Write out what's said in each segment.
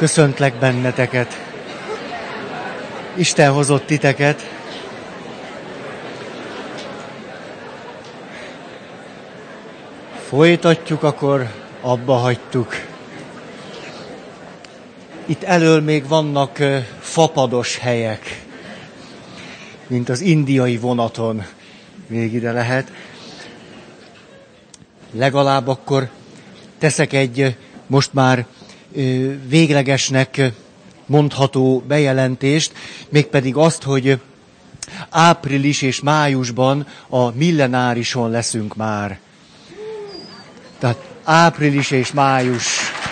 Köszöntlek benneteket. Isten hozott titeket. Folytatjuk, akkor abba hagytuk. Itt elől még vannak fapados helyek, mint az indiai vonaton. Még ide lehet. Legalább akkor teszek egy most már véglegesnek mondható bejelentést, mégpedig azt, hogy április és májusban a millenárison leszünk már. Tehát április és május.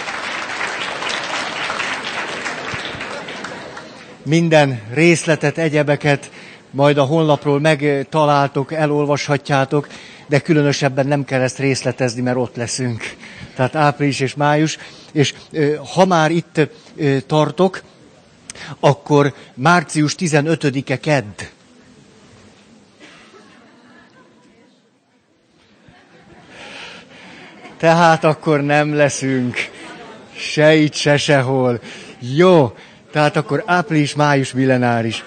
Minden részletet, egyebeket majd a honlapról megtaláltok, elolvashatjátok, de különösebben nem kell ezt részletezni, mert ott leszünk. Tehát április és május. És ha már itt tartok, akkor március 15-e kedd. Tehát akkor nem leszünk se itt, se sehol. Jó, tehát akkor április-május millenáris.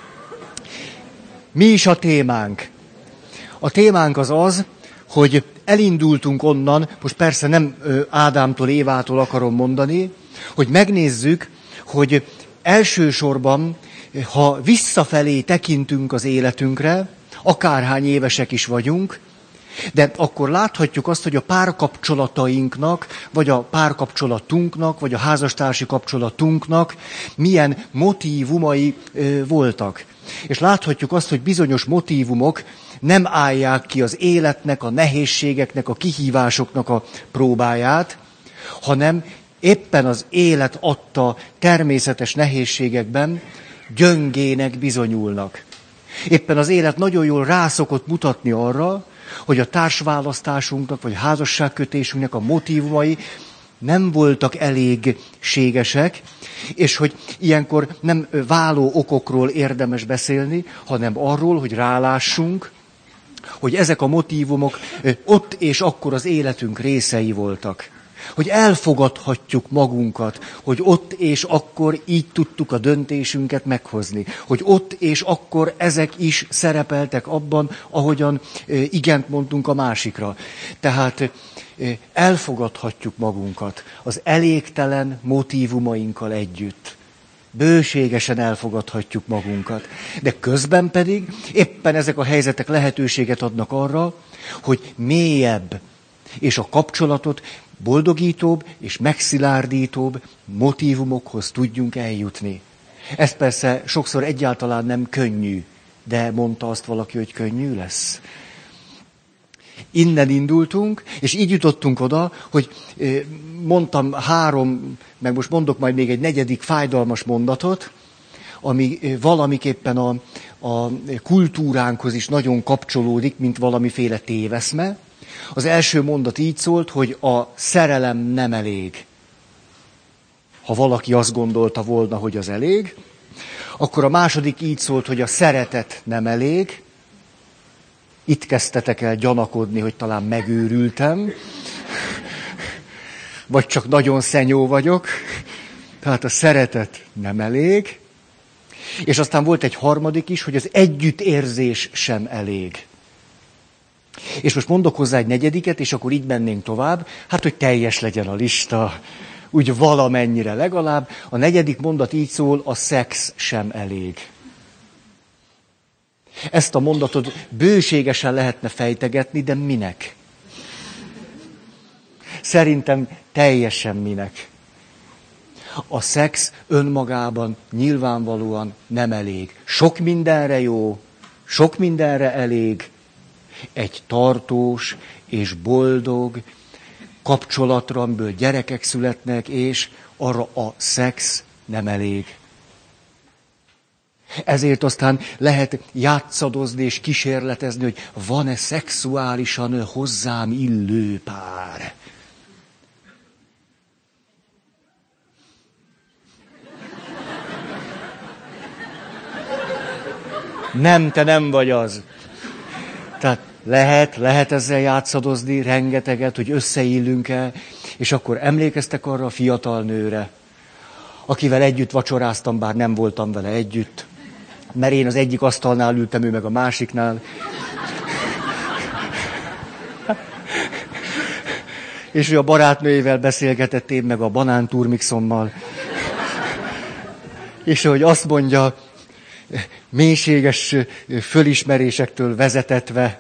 Mi is a témánk? A témánk az, hogy elindultunk onnan, most persze nem Ádámtól, Évától akarom mondani, hogy megnézzük, hogy elsősorban, ha visszafelé tekintünk az életünkre, akárhány évesek is vagyunk, de akkor láthatjuk azt, hogy a párkapcsolatainknak, vagy a párkapcsolatunknak, vagy a házastársi kapcsolatunknak milyen motívumai voltak. És láthatjuk azt, hogy bizonyos motívumok nem állják ki az életnek, a nehézségeknek, a kihívásoknak a próbáját, hanem éppen az élet adta természetes nehézségekben gyöngének bizonyulnak. Éppen az élet nagyon jól rászokott mutatni arra, hogy a társválasztásunknak, vagy a házasságkötésünknek a motívumai nem voltak elégségesek, és hogy ilyenkor nem váló okokról érdemes beszélni, hanem arról, hogy rálássunk, hogy ezek a motívumok ott és akkor az életünk részei voltak. Hogy elfogadhatjuk magunkat, hogy ott és akkor így tudtuk a döntésünket meghozni. Hogy ott és akkor ezek is szerepeltek abban, ahogyan igent mondtunk a másikra. Tehát elfogadhatjuk magunkat az elégtelen motívumainkkal együtt. Bőségesen elfogadhatjuk magunkat. De közben pedig éppen ezek a helyzetek lehetőséget adnak arra, hogy mélyebb és a kapcsolatot boldogítóbb és megszilárdítóbb motívumokhoz tudjunk eljutni. Ez persze sokszor egyáltalán nem könnyű, de mondta azt valaki, hogy könnyű lesz. Innen indultunk, és így jutottunk oda, hogy mondtam 3, meg most mondok majd még egy 4. fájdalmas mondatot, ami valamiképpen a kultúránkhoz is nagyon kapcsolódik, mint valamiféle téveszme. Az első mondat így szólt, hogy a szerelem nem elég. Ha valaki azt gondolta volna, hogy az elég, akkor a második így szólt, hogy a szeretet nem elég. Itt kezdtetek el gyanakodni, hogy talán megőrültem, vagy csak nagyon szenyó vagyok. Tehát a szeretet nem elég. És aztán volt egy harmadik is, hogy az együttérzés sem elég. És most mondok hozzá egy 4., és akkor így mennénk tovább, hát hogy teljes legyen a lista, úgy valamennyire legalább. A 4. mondat így szól, a szex sem elég. Ezt a mondatot bőségesen lehetne fejtegetni, de minek? Szerintem teljesen minek. A szex önmagában nyilvánvalóan nem elég. Sok mindenre jó, sok mindenre elég. Egy tartós és boldog kapcsolatra, amiből gyerekek születnek, és arra a szex nem elég. Ezért aztán lehet játszadozni és kísérletezni, hogy van-e szexuálisan hozzám illő pár. Nem, te nem vagy az. Tehát lehet ezzel játszadozni rengeteget, hogy összeillünk-e, és akkor emlékeztek arra a fiatal nőre, akivel együtt vacsoráztam, bár nem voltam vele együtt, mert én az egyik asztalnál ültem, ő meg a másiknál. És ő a barátnőjével beszélgetett, én meg a banánturmixommal. És ahogy azt mondja, mélységes fölismerésektől vezetve,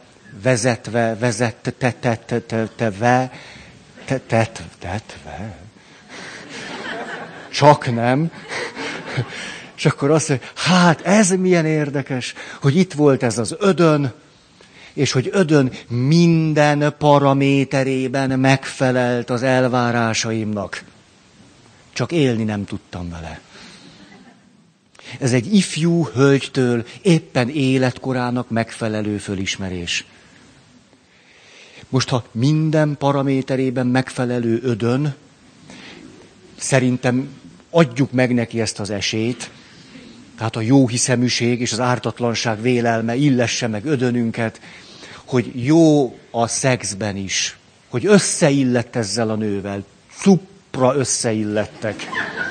csak nem. És akkor azt mondja, hát ez milyen érdekes, hogy itt volt ez az ödön, és hogy ödön minden paraméterében megfelelt az elvárásaimnak. Csak élni nem tudtam vele. Ez egy ifjú hölgytől éppen életkorának megfelelő fölismerés. Most, ha minden paraméterében megfelelő ödön, szerintem adjuk meg neki ezt az esélyt, tehát a jóhiszeműség és az ártatlanság vélelme illesse meg ödönünket, hogy jó a szexben is, hogy összeillett ezzel a nővel, cupra összeillettek.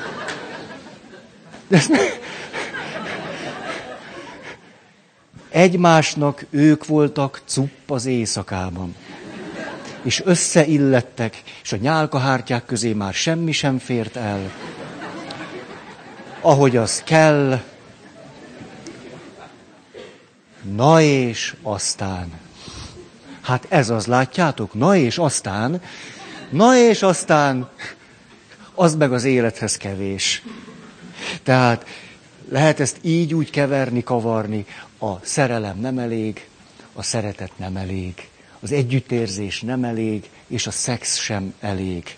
Egymásnak ők voltak cupp az éjszakában. És összeillettek, és a nyálkahártyák közé már semmi sem fért el. Ahogy az kell. Na és aztán. Hát ez az, látjátok? Na és aztán. Az meg az élethez kevés. Tehát lehet ezt így úgy keverni, kavarni. A szerelem nem elég, a szeretet nem elég, az együttérzés nem elég, és a szex sem elég.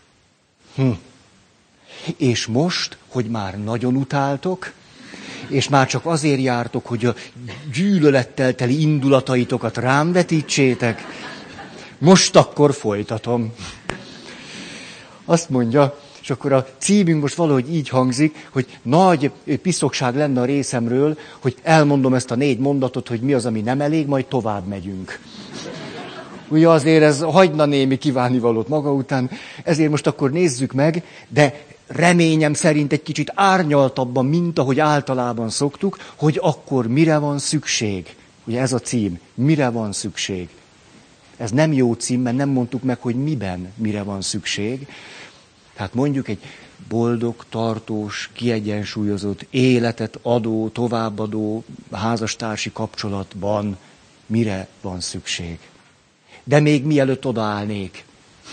És most, hogy már nagyon utáltok, és már csak azért jártok, hogy a gyűlölettel teli indulataitokat rám vetítsétek, most akkor folytatom. Azt mondja, és akkor a címünk most valahogy így hangzik, hogy nagy piszokság lenne a részemről, hogy elmondom ezt a 4 mondatot, hogy mi az, ami nem elég, majd tovább megyünk. Ugye azért ez hagyna némi kívánnivalót maga után, ezért most akkor nézzük meg, de reményem szerint egy kicsit árnyaltabban, mint ahogy általában szoktuk, hogy akkor mire van szükség. Ugye ez a cím, mire van szükség. Ez nem jó cím, mert nem mondtuk meg, hogy miben mire van szükség. Tehát mondjuk egy boldog, tartós, kiegyensúlyozott, életet adó, továbbadó házastársi kapcsolatban mire van szükség. De még mielőtt odaállnék,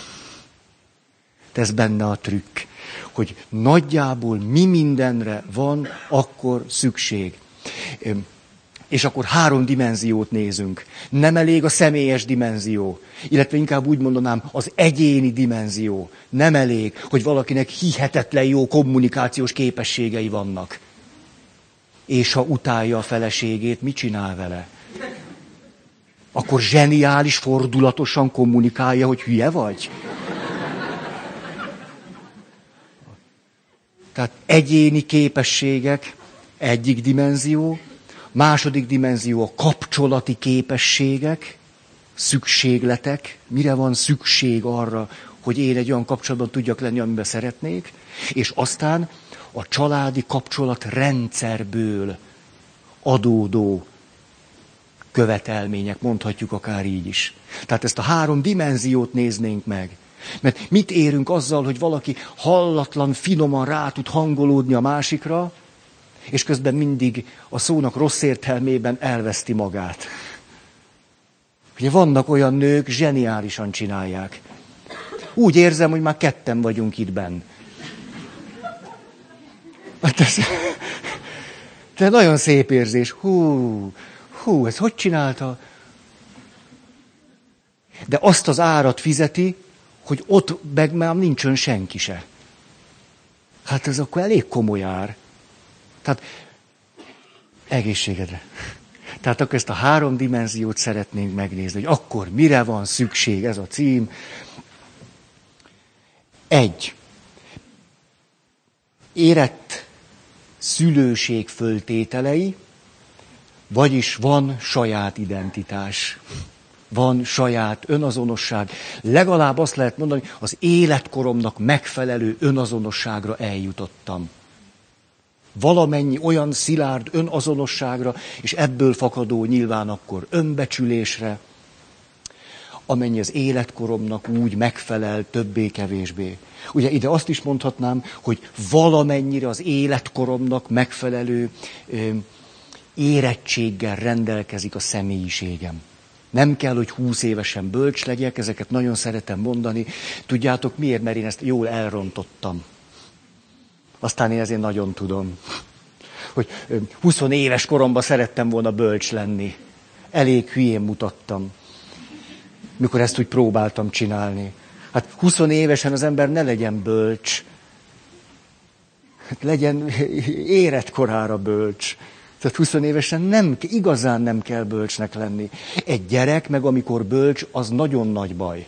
ez benne a trükk, hogy nagyjából mi mindenre van akkor szükség. És akkor 3 dimenziót nézünk. Nem elég a személyes dimenzió, illetve inkább úgy mondanám, az egyéni dimenzió. Nem elég, hogy valakinek hihetetlen jó kommunikációs képességei vannak. És ha utálja a feleségét, mit csinál vele? Akkor zseniális, fordulatosan kommunikálja, hogy hülye vagy? Tehát egyéni képességek, egyik dimenzió, második dimenzió a kapcsolati képességek, szükségletek, mire van szükség arra, hogy én egy olyan kapcsolatban tudjak lenni, amiben szeretnék, és aztán a családi kapcsolatrendszerből adódó követelmények, mondhatjuk akár így is. Tehát ezt a 3 dimenziót néznénk meg. Mert mit érünk azzal, hogy valaki hallatlan, finoman rá tud hangolódni a másikra, és közben mindig a szónak rossz értelmében elveszti magát. Ugye vannak olyan nők, zseniálisan csinálják. Úgy érzem, hogy már 2 vagyunk itt benn. De nagyon szép érzés. Hú, ez hogy csinálta? De azt az árat fizeti, hogy ott meg már nincsen senki se. Hát ez akkor elég komoly ár. Tehát egészségedre. Tehát akkor ezt a 3 dimenziót szeretnénk megnézni, hogy akkor mire van szükség, ez a cím. 1. Érett szülőség föltételei, vagyis van saját identitás. Van saját önazonosság. Legalább azt lehet mondani, az életkoromnak megfelelő önazonosságra eljutottam. Valamennyi olyan szilárd önazonosságra, és ebből fakadó nyilván akkor önbecsülésre, amennyi az életkoromnak úgy megfelel többé-kevésbé. Ugye ide azt is mondhatnám, hogy valamennyire az életkoromnak megfelelő érettséggel rendelkezik a személyiségem. Nem kell, hogy 20 évesen bölcs legyek, ezeket nagyon szeretem mondani. Tudjátok miért? Mert én ezt jól elrontottam. Aztán én ezért nagyon tudom, hogy 20 éves koromban szerettem volna bölcs lenni. Elég hülyén mutattam, mikor ezt úgy próbáltam csinálni. Hát 20 évesen az ember ne legyen bölcs, hát legyen életkorára bölcs. Tehát 20 évesen igazán nem kell bölcsnek lenni. Egy gyerek, meg amikor bölcs, az nagyon nagy baj.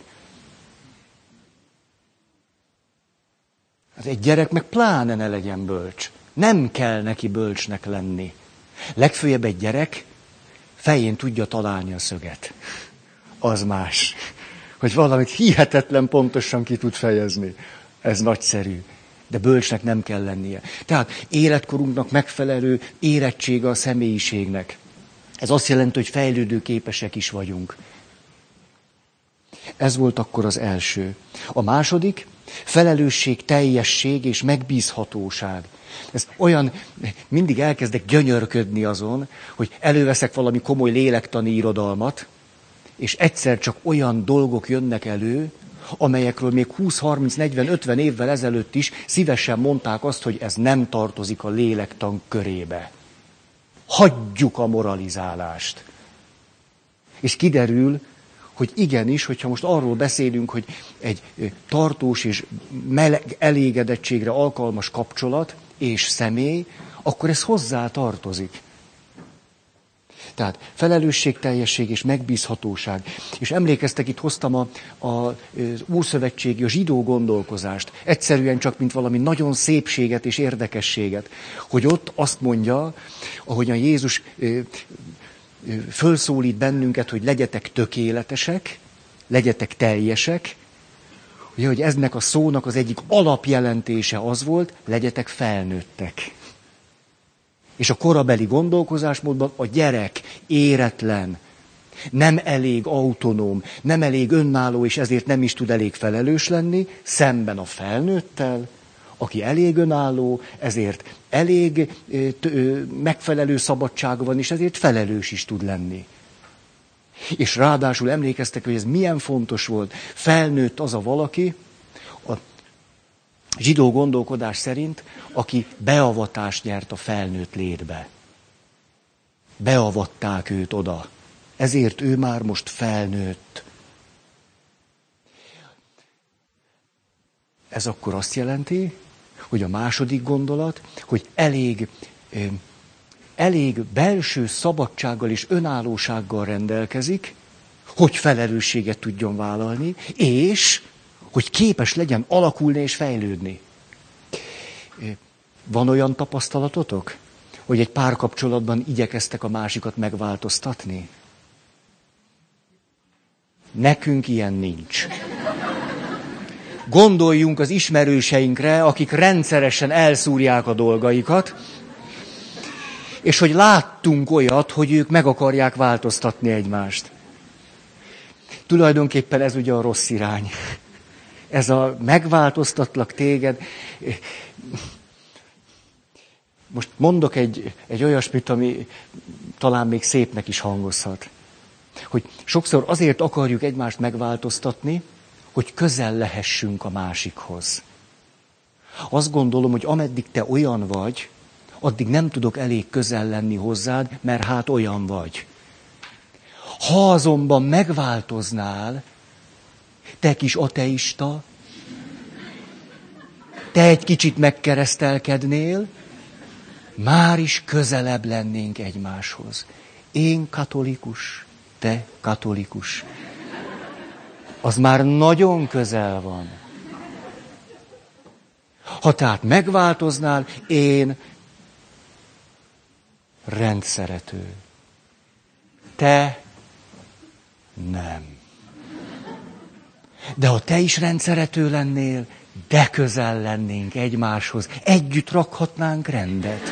Hát egy gyerek meg pláne ne legyen bölcs. Nem kell neki bölcsnek lenni. Legfőjebb egy gyerek fején tudja találni a szöget. Az más. Hogy valamit hihetetlen pontosan ki tud fejezni. Ez nagyszerű. De bölcsnek nem kell lennie. Tehát életkorunknak megfelelő érettsége a személyiségnek. Ez azt jelenti, hogy fejlődőképesek is vagyunk. Ez volt akkor az első. A második, felelősség, teljesség és megbízhatóság. Ez olyan, mindig elkezdek gyönyörködni azon, hogy előveszek valami komoly lélektani irodalmat, és egyszer csak olyan dolgok jönnek elő, amelyekről még 20, 30, 40, 50 évvel ezelőtt is szívesen mondták azt, hogy ez nem tartozik a lélektan körébe. Hagyjuk a moralizálást. És kiderül, hogy igenis, hogyha most arról beszélünk, hogy egy tartós és meleg elégedettségre alkalmas kapcsolat és személy, akkor ez hozzá tartozik. Tehát felelősségteljesség és megbízhatóság. És emlékeztek, itt hoztam az ószövetségi, a zsidó gondolkozást. Egyszerűen csak, mint valami nagyon szépséget és érdekességet. Hogy ott azt mondja, ahogyan Jézus fölszólít bennünket, hogy legyetek tökéletesek, legyetek teljesek, ugye, hogy eznek a szónak az egyik alapjelentése az volt, legyetek felnőttek. És a korabeli gondolkozásmódban a gyerek éretlen, nem elég autonóm, nem elég önálló, és ezért nem is tud elég felelős lenni, szemben a felnőttel, aki elég önálló, ezért elég megfelelő szabadsága van, és ezért felelős is tud lenni. És ráadásul emlékeztek, hogy ez milyen fontos volt. Felnőtt az a valaki, a zsidó gondolkodás szerint, aki beavatást nyert a felnőtt létbe. Beavatták őt oda. Ezért ő már most felnőtt. Ez akkor azt jelenti, hogy a második gondolat, hogy elég belső szabadsággal és önállósággal rendelkezik, hogy felelősséget tudjon vállalni, és hogy képes legyen alakulni és fejlődni. Van olyan tapasztalatotok, hogy egy párkapcsolatban igyekeztek a másikat megváltoztatni? Nekünk ilyen nincs. Gondoljunk az ismerőseinkre, akik rendszeresen elszúrják a dolgaikat, és hogy láttunk olyat, hogy ők meg akarják változtatni egymást. Tulajdonképpen ez ugye a rossz irány. Ez a megváltoztatlak téged. Most mondok egy olyasmit, ami talán még szépnek is hangozhat. Hogy sokszor azért akarjuk egymást megváltoztatni, hogy közel lehessünk a másikhoz. Azt gondolom, hogy ameddig te olyan vagy, addig nem tudok elég közel lenni hozzád, mert hát olyan vagy. Ha azonban megváltoznál, te kis ateista, te egy kicsit megkeresztelkednél, már is közelebb lennénk egymáshoz. Én katolikus, te katolikus. Az már nagyon közel van. Ha tehát megváltoznál, én rendszerető. Te nem. De ha te is rendszerető lennél, De közel lennénk egymáshoz, együtt rakhatnánk rendet.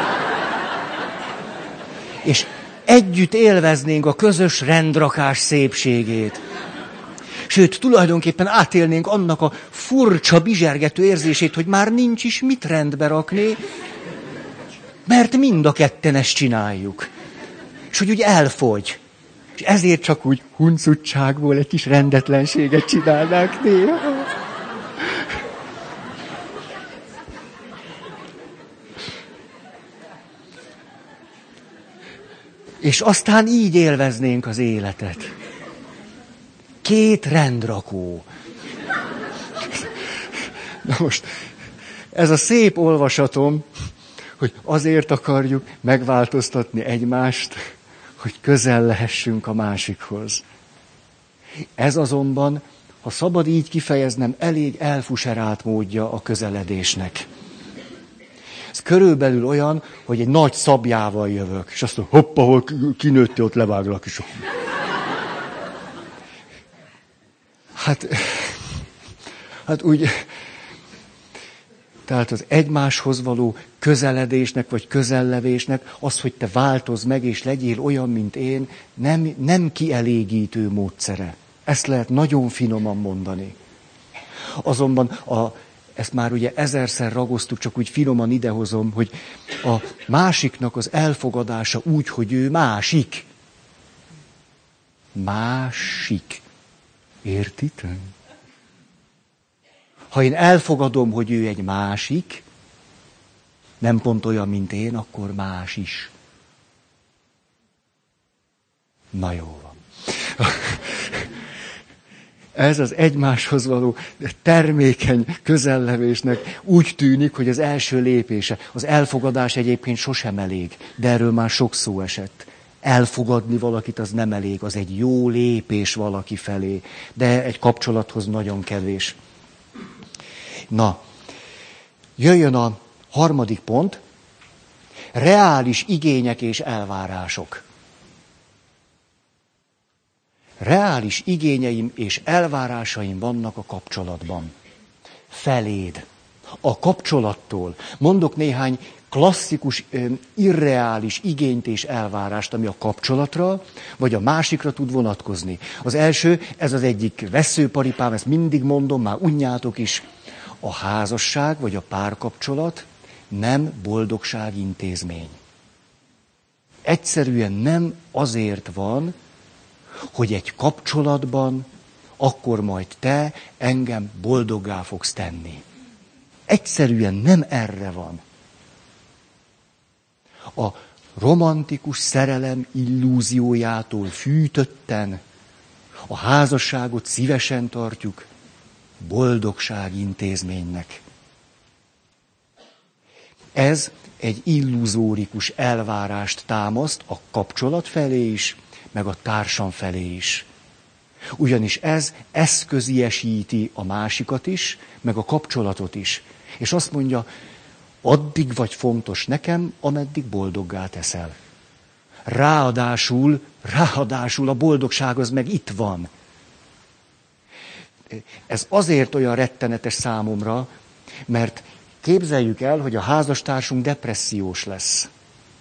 És együtt élveznénk a közös rendrakás szépségét. Sőt, tulajdonképpen átélnénk annak a furcsa, bizsergető érzését, hogy már nincs is mit rendbe rakni, mert mind a ketten ezt csináljuk. És hogy úgy elfogy. És ezért csak úgy huncutságból egy kis rendetlenséget csinálnánk néha. És aztán így élveznénk az életet. 2 rendrakó. Na most, ez a szép olvasatom, hogy azért akarjuk megváltoztatni egymást, hogy közel lehessünk a másikhoz. Ez azonban, ha szabad így kifejeznem, elég elfuserált módja a közeledésnek. Ez körülbelül olyan, hogy egy nagy szabjával jövök, és azt mondom, hopp, ahol kinőtti, ott leváglak is. Hát úgy, tehát az egymáshoz való közeledésnek, vagy közellevésnek, az, hogy te változz meg, és legyél olyan, mint én, nem kielégítő módszere. Ezt lehet nagyon finoman mondani. Azonban ezt már ugye 1000-szer ragoztuk, csak úgy finoman idehozom, hogy a másiknak az elfogadása úgy, hogy ő másik. Másik. Értitek? Ha én elfogadom, hogy ő egy másik, nem pont olyan, mint én, akkor más is. Na jó van. Ez az egymáshoz való termékeny közellevésnek úgy tűnik, hogy az első lépése. Az elfogadás egyébként sosem elég, de erről már sok szó esett. Elfogadni valakit az nem elég, az egy jó lépés valaki felé, de egy kapcsolathoz nagyon kevés. Na, jöjjön a 3. pont, reális igények és elvárások. Reális igényeim és elvárásaim vannak a kapcsolatban. Feléd. A kapcsolattól. Mondok néhány klasszikus, irreális igényt és elvárást, ami a kapcsolatra, vagy a másikra tud vonatkozni. Az első, ez az egyik vesszőparipám, ezt mindig mondom, már unjátok is. A házasság, vagy a párkapcsolat nem boldogságintézmény. Egyszerűen nem azért van, hogy egy kapcsolatban akkor majd te engem boldoggá fogsz tenni. Egyszerűen nem erre van. A romantikus szerelem illúziójától fűtötten a házasságot szívesen tartjuk boldogságintézménynek. Ez egy illuzórikus elvárást támaszt a kapcsolat felé is, meg a társam felé is. Ugyanis ez eszköziesíti a másikat is, meg a kapcsolatot is. És azt mondja, addig vagy fontos nekem, ameddig boldoggá teszel. Ráadásul a boldogság az meg itt van. Ez azért olyan rettenetes számomra, mert képzeljük el, hogy a házastársunk depressziós lesz.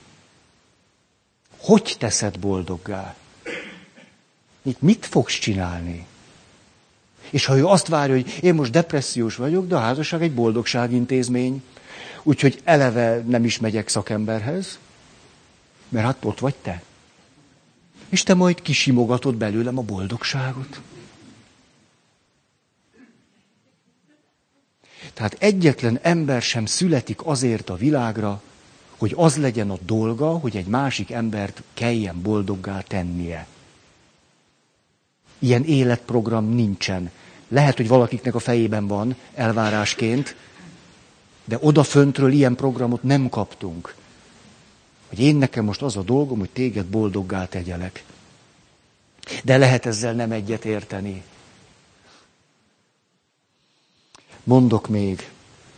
Hogy teszed boldoggá? Mit fogsz csinálni? És ha ő azt várja, hogy én most depressziós vagyok, de a házasság egy boldogságintézmény, úgyhogy eleve nem is megyek szakemberhez, mert hát ott vagy te. És te majd kisimogatod belőlem a boldogságot. Tehát egyetlen ember sem születik azért a világra, hogy az legyen a dolga, hogy egy másik embert kelljen boldoggá tennie. Ilyen életprogram nincsen. Lehet, hogy valakiknek a fejében van elvárásként, de odaföntről ilyen programot nem kaptunk. Hogy én nekem most az a dolgom, hogy téged boldoggá tegyelek. De lehet ezzel nem egyet érteni. Mondok még.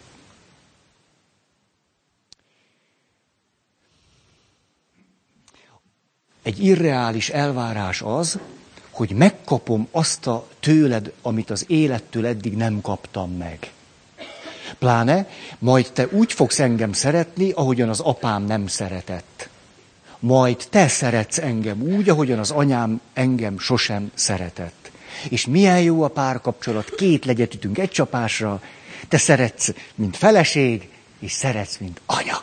Egy irreális elvárás az, hogy megkapom azt a tőled, amit az élettől eddig nem kaptam meg. Pláne, majd te úgy fogsz engem szeretni, ahogyan az apám nem szeretett. Majd te szeretsz engem úgy, ahogyan az anyám engem sosem szeretett. És milyen jó a párkapcsolat, 2 legyet ütünk egy csapásra, te szeretsz, mint feleség, és szeretsz, mint anya.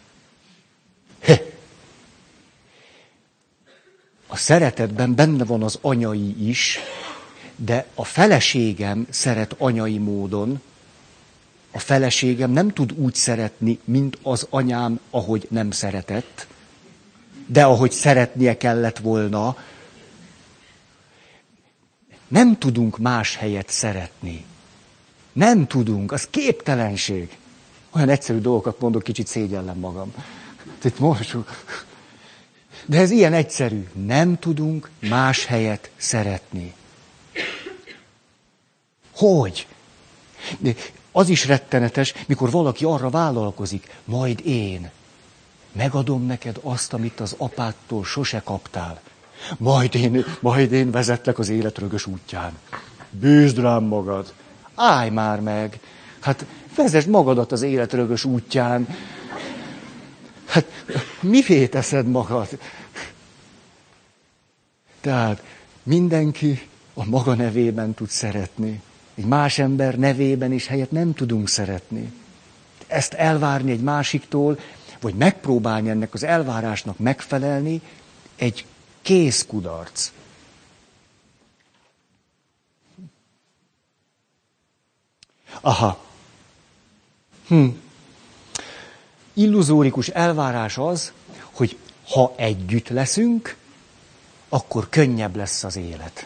A szeretetben benne van az anyai is, de a feleségem szeret anyai módon, a feleségem nem tud úgy szeretni, mint az anyám, ahogy nem szeretett, de ahogy szeretnie kellett volna. Nem tudunk más helyet szeretni. Nem tudunk, az képtelenség. Olyan egyszerű dolgokat mondok, kicsit szégyellem magam. De ez ilyen egyszerű. Nem tudunk más helyet szeretni. Hogy? De az is rettenetes, mikor valaki arra vállalkozik, majd én megadom neked azt, amit az apádtól sose kaptál. Majd én vezetlek az élet rögös útján. Bízd rám magad. Állj már meg. Hát vezesd magadat az élet rögös útján. Hát mivé teszed magad? Tehát mindenki a maga nevében tud szeretni. Egy más ember nevében is helyet nem tudunk szeretni. Ezt elvárni egy másiktól, vagy megpróbálni ennek az elvárásnak megfelelni, egy kész kudarc. Aha. Illuzórikus elvárás az, hogy ha együtt leszünk, akkor könnyebb lesz az élet.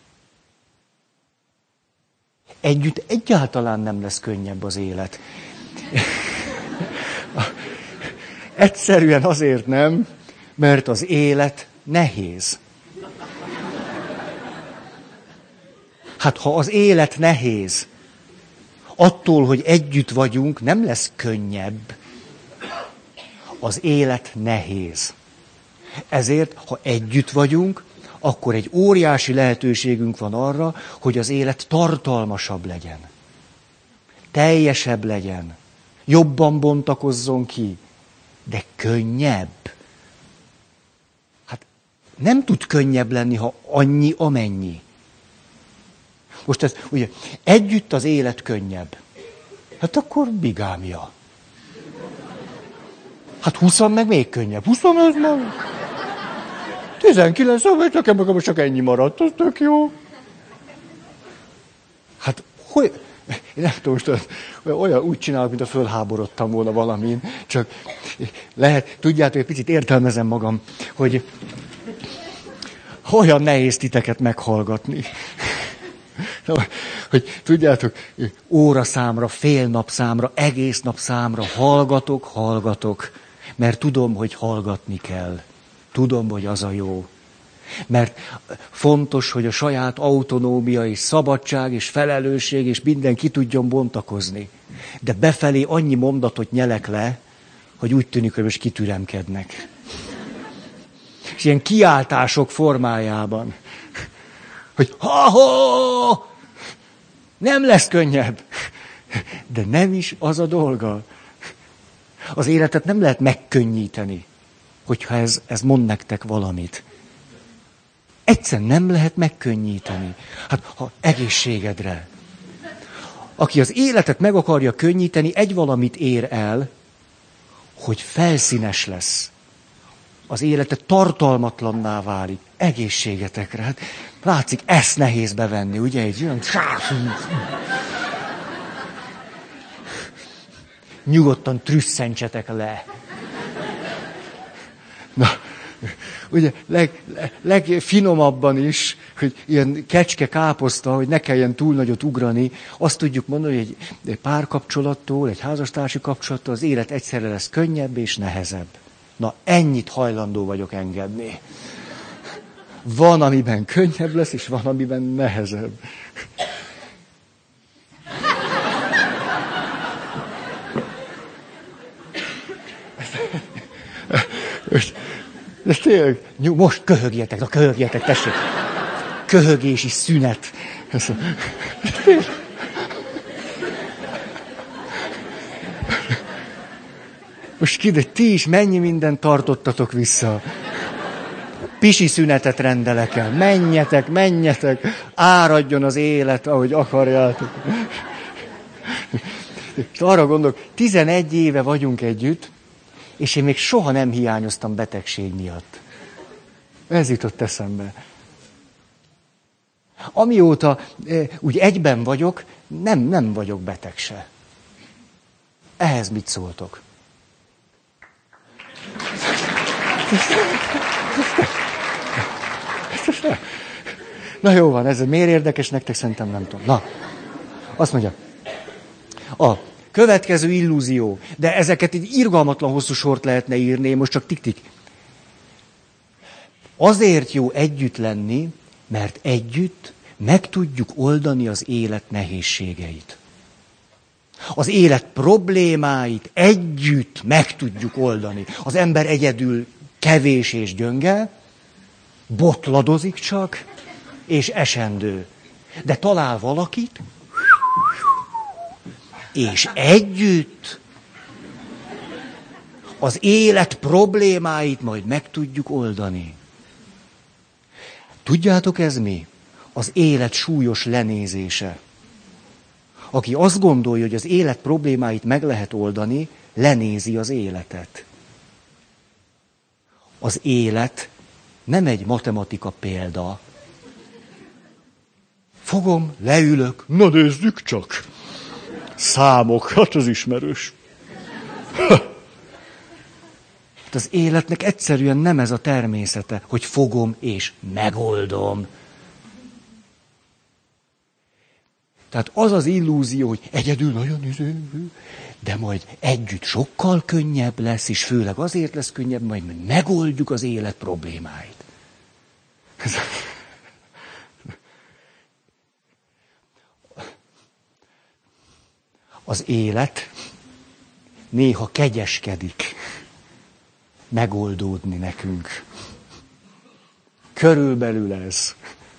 Együtt egyáltalán nem lesz könnyebb az élet. Egyszerűen azért nem, mert az élet nehéz. Hát ha az élet nehéz, attól, hogy együtt vagyunk, nem lesz könnyebb. Az élet nehéz. Ezért, ha együtt vagyunk, akkor egy óriási lehetőségünk van arra, hogy az élet tartalmasabb legyen. Teljesebb legyen. Jobban bontakozzon ki. De könnyebb. Hát nem tud könnyebb lenni, ha annyi, amennyi. Most ez, ugye, együtt az élet könnyebb. Hát akkor bigámia. Hát 20 meg még könnyebb. 20 ez már... 19, nekem csak ennyi maradt, az tök jó. Hát, hogy... Én nem tudom, most olyan úgy csinálok, mint a fölháborodtam volna valamin, csak lehet, tudjátok, egy picit értelmezem magam, hogy olyan nehéz titeket meghallgatni. Hogy tudjátok, óraszámra, fél napszámra, egész napszámra hallgatok, mert tudom, hogy hallgatni kell. Tudom, hogy az a jó. Mert fontos, hogy a saját autonómia és szabadság és felelősség és minden ki tudjon bontakozni. De befelé annyi mondatot nyelek le, hogy úgy tűnik, hogy most kitüremkednek. És ilyen kiáltások formájában. Hogy ha-ho! Nem lesz könnyebb. De nem is az a dolga. Az életet nem lehet megkönnyíteni, hogyha ez mond nektek valamit. Egyszerűen nem lehet megkönnyíteni. Hát ha egészségedre. Aki az életet meg akarja könnyíteni, egy valamit ér el, hogy felszínes lesz. Az élete tartalmatlanná válik. Egészségetekre. Hát látszik, ezt nehéz bevenni, ugye? Egy olyan... Nyugodtan trüsszentsetek le. Na, ugye legfinomabban is, hogy ilyen kecske káposzta, hogy ne kelljen túl nagyot ugrani, azt tudjuk mondani, hogy egy párkapcsolattól, egy házastársi kapcsolattól az élet egyszerre lesz könnyebb és nehezebb. Na, ennyit hajlandó vagyok engedni. Van, amiben könnyebb lesz, és van, amiben nehezebb. De tényleg, most köhögjetek, tessék. Köhögési szünet. Most kiderül, ti is mennyi mindent tartottatok vissza. Pisi szünetet rendelek el. Menjetek, áradjon az élet, ahogy akarjátok. És arra gondolok, 11 éve vagyunk együtt, és én még soha nem hiányoztam betegség miatt. Ez jutott eszembe. Amióta úgy egyben vagyok, nem vagyok beteg se. Ehhez mit szóltok? Na jó van, ez miért érdekes nektek? Szerintem nem tudom. Na, azt mondja. A következő illúzió, de ezeket egy irgalmatlan hosszú sort lehetne írni, most csak tik-tik. Azért jó együtt lenni, mert együtt meg tudjuk oldani az élet nehézségeit. Az élet problémáit együtt meg tudjuk oldani. Az ember egyedül kevés és gyönge, botladozik csak, és esendő. De talál valakit, és együtt az élet problémáit majd meg tudjuk oldani. Tudjátok, ez mi? Az élet súlyos lenézése. Aki azt gondolja, hogy az élet problémáit meg lehet oldani, lenézi az életet. Az élet nem egy matematika példa. Fogom, leülök, na nézzük csak. Számok, hát az ismerős. Az életnek egyszerűen nem ez a természete, hogy fogom és megoldom. Tehát az az illúzió, hogy egyedül nagyon de majd együtt sokkal könnyebb lesz, és főleg azért lesz könnyebb, majd megoldjuk az élet problémáit. Az élet néha kegyeskedik megoldódni nekünk. Körülbelül ez.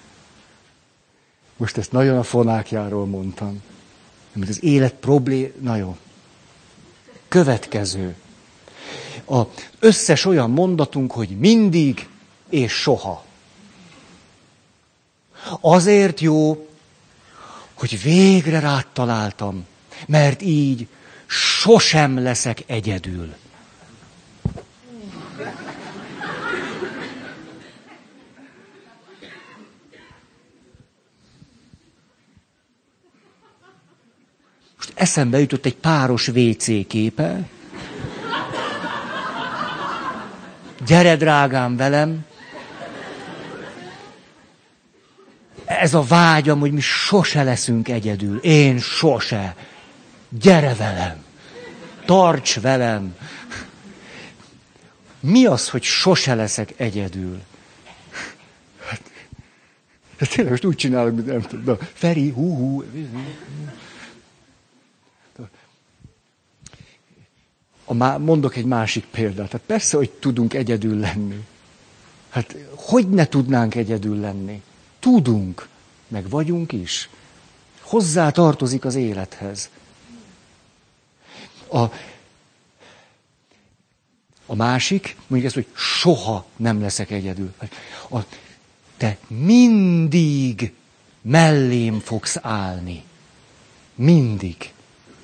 Most ezt nagyon a fonákjáról mondtam. Mert az élet na jó. Következő. Az összes olyan mondatunk, hogy mindig és soha. Azért jó, hogy végre rád találtam, mert így sosem leszek egyedül. Most eszembe jutott egy páros WC képe. Gyere, drágám, velem. Ez a vágyam, hogy mi sose leszünk egyedül. Én sose. Gyere velem. Tarts velem. Mi az, hogy sose leszek egyedül? Hát tényleg most úgy csinálok, mint nem tudom. Feri, hú. Mondok egy másik példát. Hát persze, hogy tudunk egyedül lenni. Hát hogy ne tudnánk egyedül lenni? Tudunk, meg vagyunk is. Hozzá tartozik az élethez. A másik, mondjuk ezt, hogy soha nem leszek egyedül. Te mindig mellém fogsz állni. Mindig.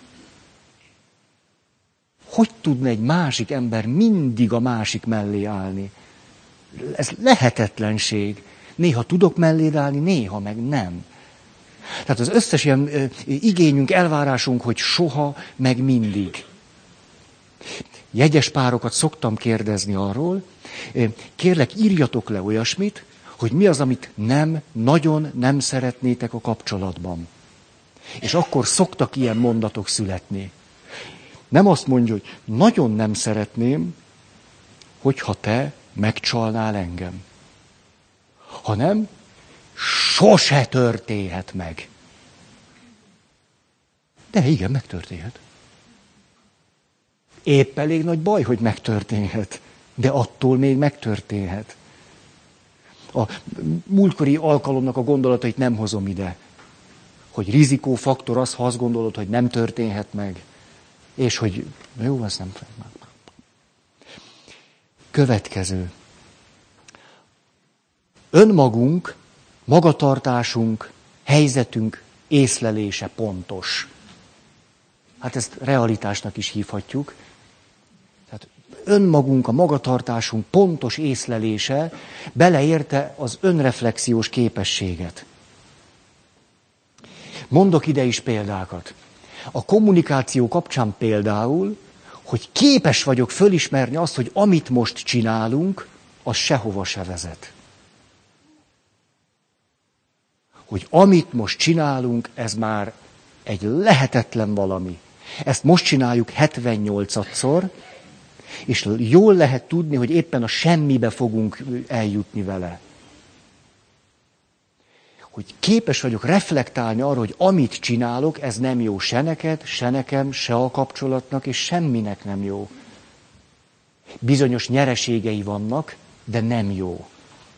Hogy tudna egy másik ember mindig a másik mellé állni? Ez lehetetlenség. Néha tudok melléd állni, néha meg nem. Tehát az összes ilyen igényünk, elvárásunk, hogy soha, meg mindig. Jegyes párokat szoktam kérdezni arról, kérlek, írjatok le olyasmit, hogy mi az, amit nagyon nem szeretnétek a kapcsolatban. És akkor szoktak ilyen mondatok születni. Nem azt mondja, hogy nagyon nem szeretném, hogyha te megcsalnál engem. Hanem sose történhet meg. De igen, megtörténhet. Épp elég nagy baj, hogy megtörténhet. De attól még megtörténhet. A múltkori alkalomnak a gondolatait nem hozom ide. Hogy rizikófaktor az, ha azt gondolod, hogy nem történhet meg. És hogy, jó, azt nem. Következő. Önmagunk, magatartásunk, helyzetünk észlelése pontos. Hát ezt realitásnak is hívhatjuk. Tehát önmagunk, a magatartásunk pontos észlelése beleérte az önreflexiós képességet. Mondok ide is példákat. A kommunikáció kapcsán például, hogy képes vagyok fölismerni azt, hogy amit most csinálunk, az sehova se vezet. Hogy amit most csinálunk, ez már egy lehetetlen valami. Ezt most csináljuk 78-szor, és jól lehet tudni, hogy éppen a semmibe fogunk eljutni vele. Hogy képes vagyok reflektálni arra, hogy amit csinálok, ez nem jó se neked, se nekem, se a kapcsolatnak, és semminek nem jó. Bizonyos nyereségei vannak, de nem jó.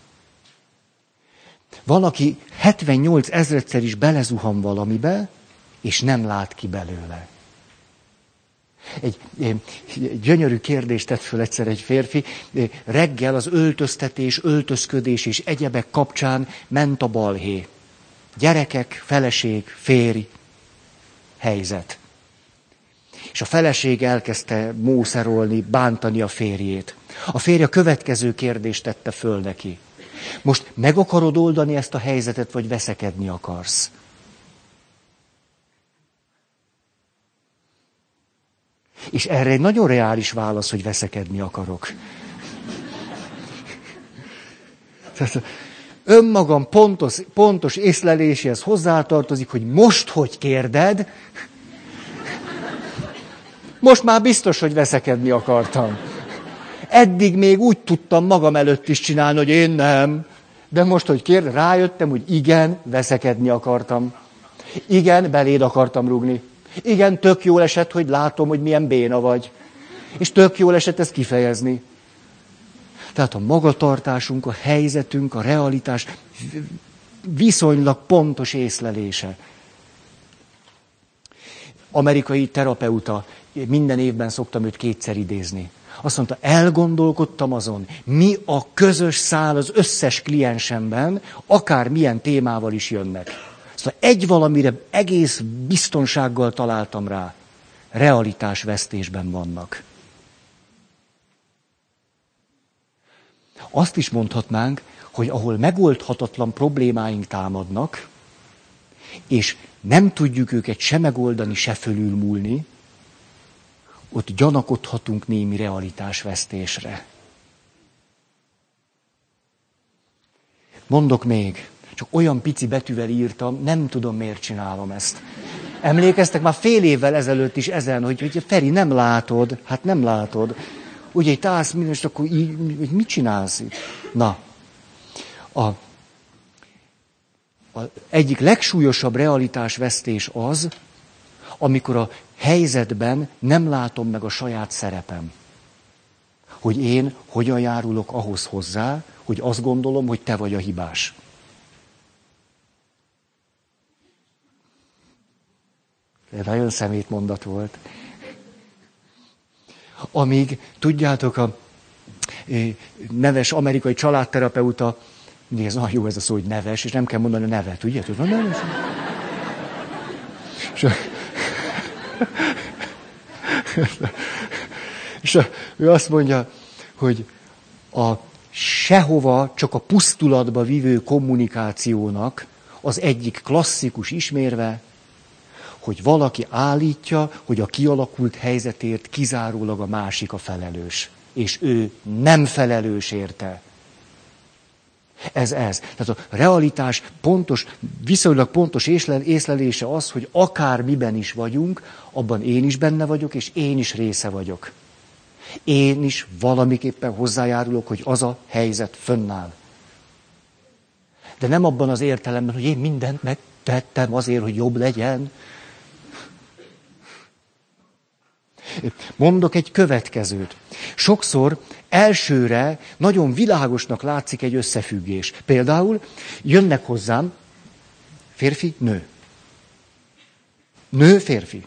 Van, aki 78 000-szer is belezuhan valamibe, és nem lát ki belőle. Egy gyönyörű kérdést tett föl egyszer egy férfi. Reggel az öltöztetés, öltözködés és egyebek kapcsán ment a balhé. Gyerekek, feleség, férj, helyzet. És a feleség elkezdte mószerolni, bántani a férjét. A férj a következő kérdést tette föl neki. Most meg akarod oldani ezt a helyzetet, vagy veszekedni akarsz? És erre egy nagyon reális válasz, hogy veszekedni akarok. Tehát önmagam pontos észleléséhez hozzátartozik, hogy most, hogy kérded, most már biztos, hogy veszekedni akartam. Eddig még úgy tudtam magam előtt is csinálni, hogy én nem. De most, hogy kérdez, rájöttem, hogy igen, veszekedni akartam. Igen, beléd akartam rúgni. Igen, tök jól esett, hogy látom, hogy milyen béna vagy. És tök jól esett ezt kifejezni. Tehát a magatartásunk, a helyzetünk, a realitás viszonylag pontos észlelése. Amerikai terapeuta, minden évben szoktam őt kétszer idézni. Azt mondta, elgondolkodtam azon, mi a közös szál az összes kliensemben, akár milyen témával is jönnek. Szóval egy valamire egész biztonsággal találtam rá. Realitásvesztésben vannak. Azt is mondhatnánk, hogy ahol megoldhatatlan problémáink támadnak, és nem tudjuk őket se megoldani, se fölülmúlni, ott gyanakodhatunk némi realitásvesztésre. Mondok még, csak olyan pici betűvel írtam, nem tudom, miért csinálom ezt. Emlékeztek már fél évvel ezelőtt is ezen, hogy Feri, nem látod, hát nem látod. Ugye itt állsz minden, és akkor így, mit csinálsz itt? Na, egyik legsúlyosabb realitásvesztés az, amikor a helyzetben nem látom meg a saját szerepem. Hogy én hogyan járulok ahhoz hozzá, hogy azt gondolom, hogy te vagy a hibás. Ez nagyon szemétmondat volt. Amíg, tudjátok, a neves amerikai családterapeuta, mindig ez nagyon jó ez a szó, hogy neves, és nem kell mondani a nevet, tudjátok? Neves. És ő azt mondja, hogy a sehova, csak a pusztulatba vivő kommunikációnak az egyik klasszikus ismérve, hogy valaki állítja, hogy a kialakult helyzetért kizárólag a másik a felelős. És ő nem felelős érte. Ez. Tehát a realitás pontos, viszonylag pontos észlelése az, hogy akár miben is vagyunk, abban én is benne vagyok, és én is része vagyok. Én is valamiképpen hozzájárulok, hogy az a helyzet fönnáll. De nem abban az értelemben, hogy én mindent megtettem azért, hogy jobb legyen. Mondok egy következőt. Sokszor elsőre nagyon világosnak látszik egy összefüggés. Például jönnek hozzám férfi, nő. Nő, férfi.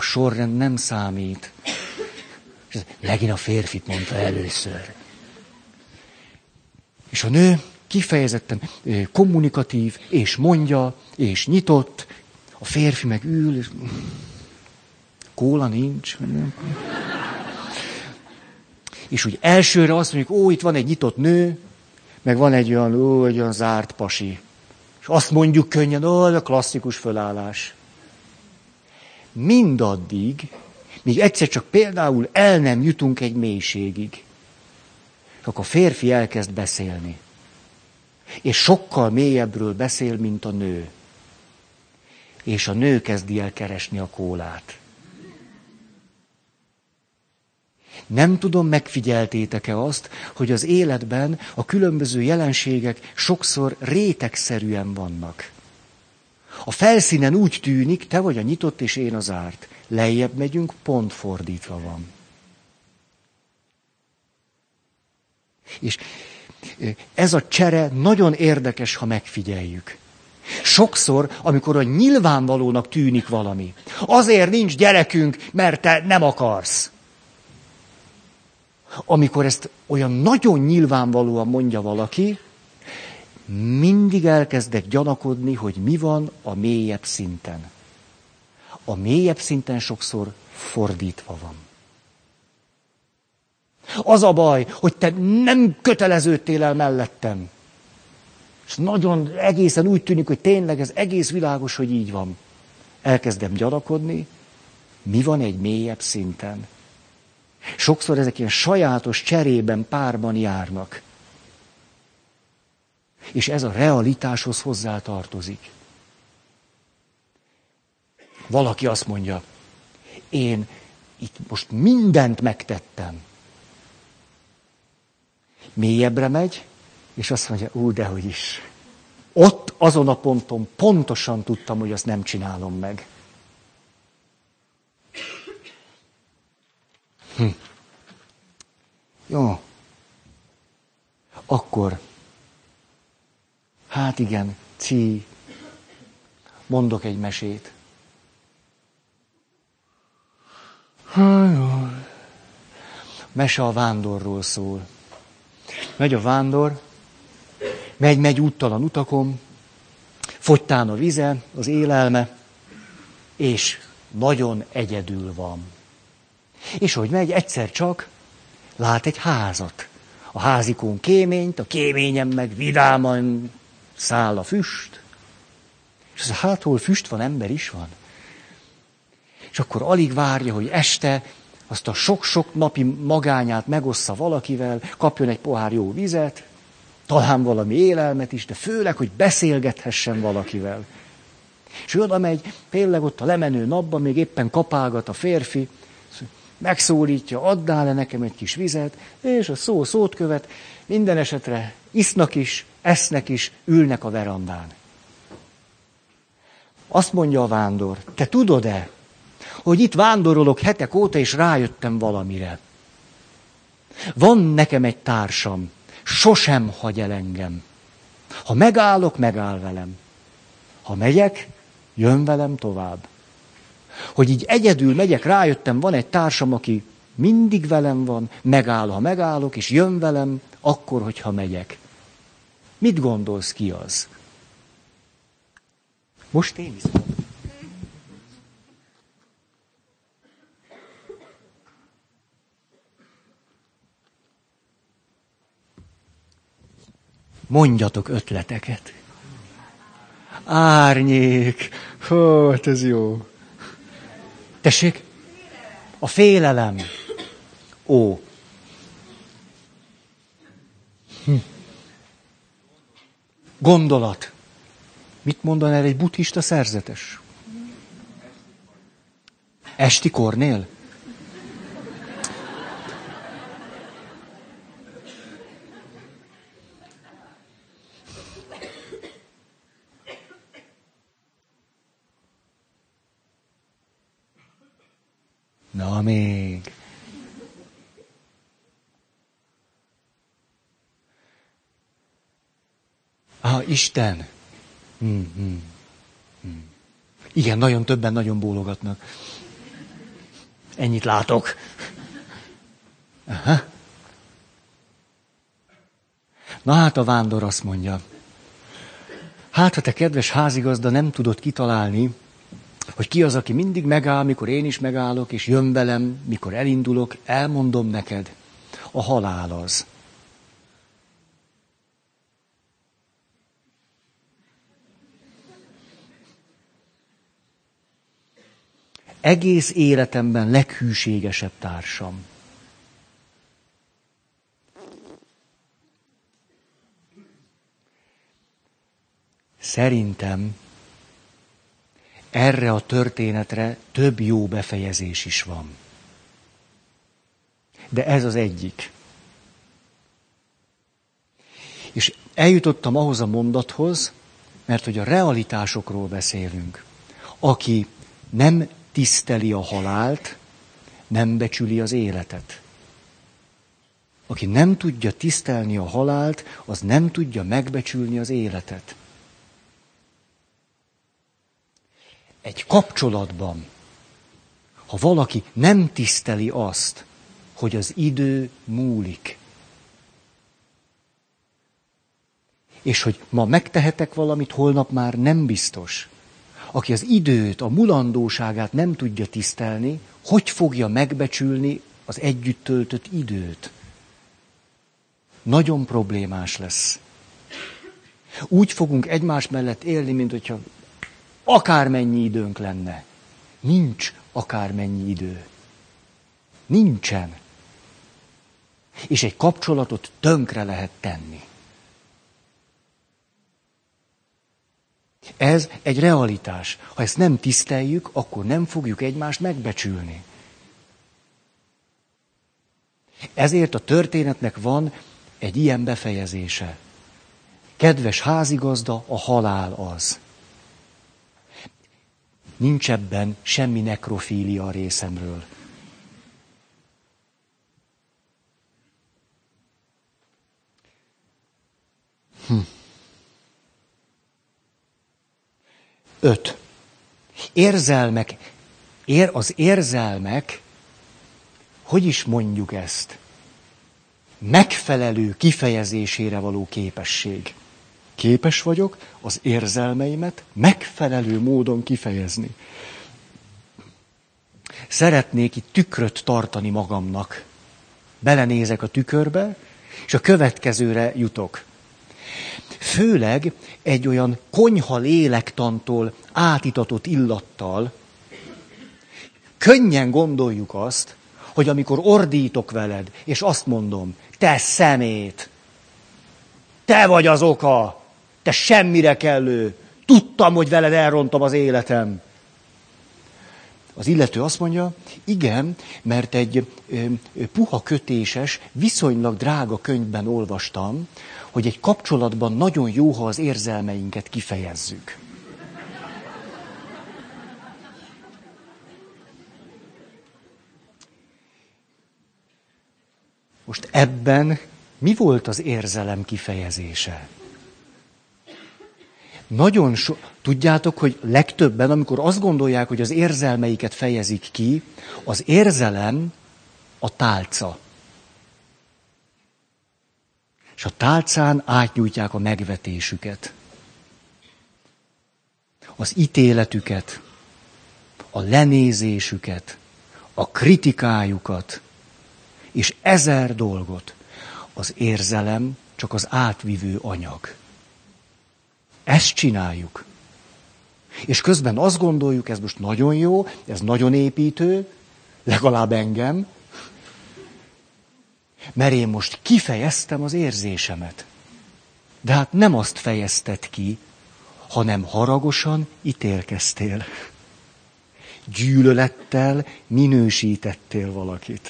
sorrend nem számít. Megint a férfit mondta először. És a nő kifejezetten kommunikatív, és mondja, és nyitott. A férfi meg ül, és kóla nincs. És úgy elsőre azt mondjuk, itt van egy nyitott nő, meg van egy olyan zárt pasi. És azt mondjuk könnyen, a klasszikus fölállás. Mindaddig, míg egyszer csak például el nem jutunk egy mélységig. Akkor a férfi elkezd beszélni. És sokkal mélyebbről beszél, mint a nő. És a nő kezdi el keresni a kólát. Nem tudom, megfigyeltétek-e azt, hogy az életben a különböző jelenségek sokszor rétegszerűen vannak. A felszínen úgy tűnik, te vagy a nyitott és én a zárt. Lejjebb megyünk, pont fordítva van. És ez a csere nagyon érdekes, ha megfigyeljük. Sokszor, amikor a nyilvánvalónak tűnik valami, azért nincs gyerekünk, mert te nem akarsz. Amikor ezt olyan nagyon nyilvánvalóan mondja valaki, mindig elkezdek gyanakodni, hogy mi van a mélyebb szinten. A mélyebb szinten sokszor fordítva van. Az a baj, hogy te nem köteleződtél el mellettem. És nagyon egészen úgy tűnik, hogy tényleg ez egész világos, hogy így van. Elkezdem gyanakodni, mi van egy mélyebb szinten. Sokszor ezek ilyen sajátos cserében, párban járnak. És ez a realitáshoz hozzá tartozik. Valaki azt mondja, én itt most mindent megtettem. Mélyebbre megy, és azt mondja, dehogy is. Ott, azon a ponton pontosan tudtam, hogy azt nem csinálom meg. Jó. Akkor, hát igen, mondok egy mesét. Mese a vándorról szól. Megy a vándor, megy úttalan utakon, fogytán a vize, az élelme, és nagyon egyedül van. És hogy megy, egyszer csak lát egy házat. A házikón kéményt, a kéményen meg vidáman száll a füst. És az, hát hol füst van, ember is van. És akkor alig várja, hogy este azt a sok-sok napi magányát megossza valakivel, kapjon egy pohár jó vizet, talán valami élelmet is, de főleg, hogy beszélgethessen valakivel. És ő oda megy, tényleg ott a lemenő napban még éppen kapálgat a férfi, megszólítja, addál-e nekem egy kis vizet, és a szó szót követ, minden esetre isznak is, esznek is, ülnek a verandán. Azt mondja a vándor, te tudod-e, hogy itt vándorolok hetek óta, és rájöttem valamire. Van nekem egy társam, sosem hagy el engem. Ha megállok, megáll velem. Ha megyek, jön velem tovább. Hogy így egyedül megyek, rájöttem, van egy társam, aki mindig velem van, megáll, ha megállok, és jön velem, akkor, hogyha megyek. Mit gondolsz, ki az? Most én iszom. Mondjatok ötleteket. Árnyék. Hát ez jó. Tessék? A félelem. Gondolat. Mit mondan el egy buddhista szerzetes? Esti Kornél? Na még. Isten. Igen, nagyon többen nagyon bólogatnak. Ennyit látok. Aha. Na hát a vándor azt mondja, hát ha te kedves házigazda nem tudod kitalálni, hogy ki az, aki mindig megáll, mikor én is megállok, és jön velem, mikor elindulok, elmondom neked, a halál az. Egész életemben leghűségesebb társam. Szerintem erre a történetre több jó befejezés is van. De ez az egyik. És eljutottam ahhoz a mondathoz, mert hogy a realitásokról beszélünk. Aki nem tiszteli a halált, nem becsüli az életet. Aki nem tudja tisztelni a halált, az nem tudja megbecsülni az életet. Egy kapcsolatban, ha valaki nem tiszteli azt, hogy az idő múlik, és hogy ma megtehetek valamit, holnap már nem biztos. Aki az időt, a mulandóságát nem tudja tisztelni, hogy fogja megbecsülni az együtt töltött időt? Nagyon problémás lesz. Úgy fogunk egymás mellett élni, mint hogyha akármennyi időnk lenne. Nincs akármennyi idő. Nincsen. És egy kapcsolatot tönkre lehet tenni. Ez egy realitás. Ha ezt nem tiszteljük, akkor nem fogjuk egymást megbecsülni. Ezért a történetnek van egy ilyen befejezése. Kedves házigazda, a halál az. Nincs ebben semmi nekrofília a részemről. Öt. Érzelmek. Az érzelmek, hogy is mondjuk ezt? Megfelelő kifejezésére való képesség. Képes vagyok az érzelmeimet megfelelő módon kifejezni. Szeretnék itt tükröt tartani magamnak. Belenézek a tükörbe, és a következőre jutok. Főleg egy olyan konyha lélektantól átitatott illattal könnyen gondoljuk azt, hogy amikor ordítok veled, és azt mondom, te szemét, te vagy az oka, te semmire kellő, tudtam, hogy veled elrontom az életem. Az illető azt mondja, igen, mert egy puha kötéses, viszonylag drága könyvben olvastam, hogy egy kapcsolatban nagyon jó, ha az érzelmeinket kifejezzük. Most ebben mi volt az érzelem kifejezése? Tudjátok, hogy legtöbben, amikor azt gondolják, hogy az érzelmeiket fejezik ki, az érzelem a tálca. És a tálcán átnyújtják a megvetésüket, az ítéletüket, a lenézésüket, a kritikájukat, és 1000 dolgot. Az érzelem csak az átvivő anyag. Ezt csináljuk. És közben azt gondoljuk, ez most nagyon jó, ez nagyon építő, legalább engem, mert én most kifejeztem az érzésemet. De hát nem azt fejezted ki, hanem haragosan ítélkeztél. Gyűlölettel minősítettél valakit.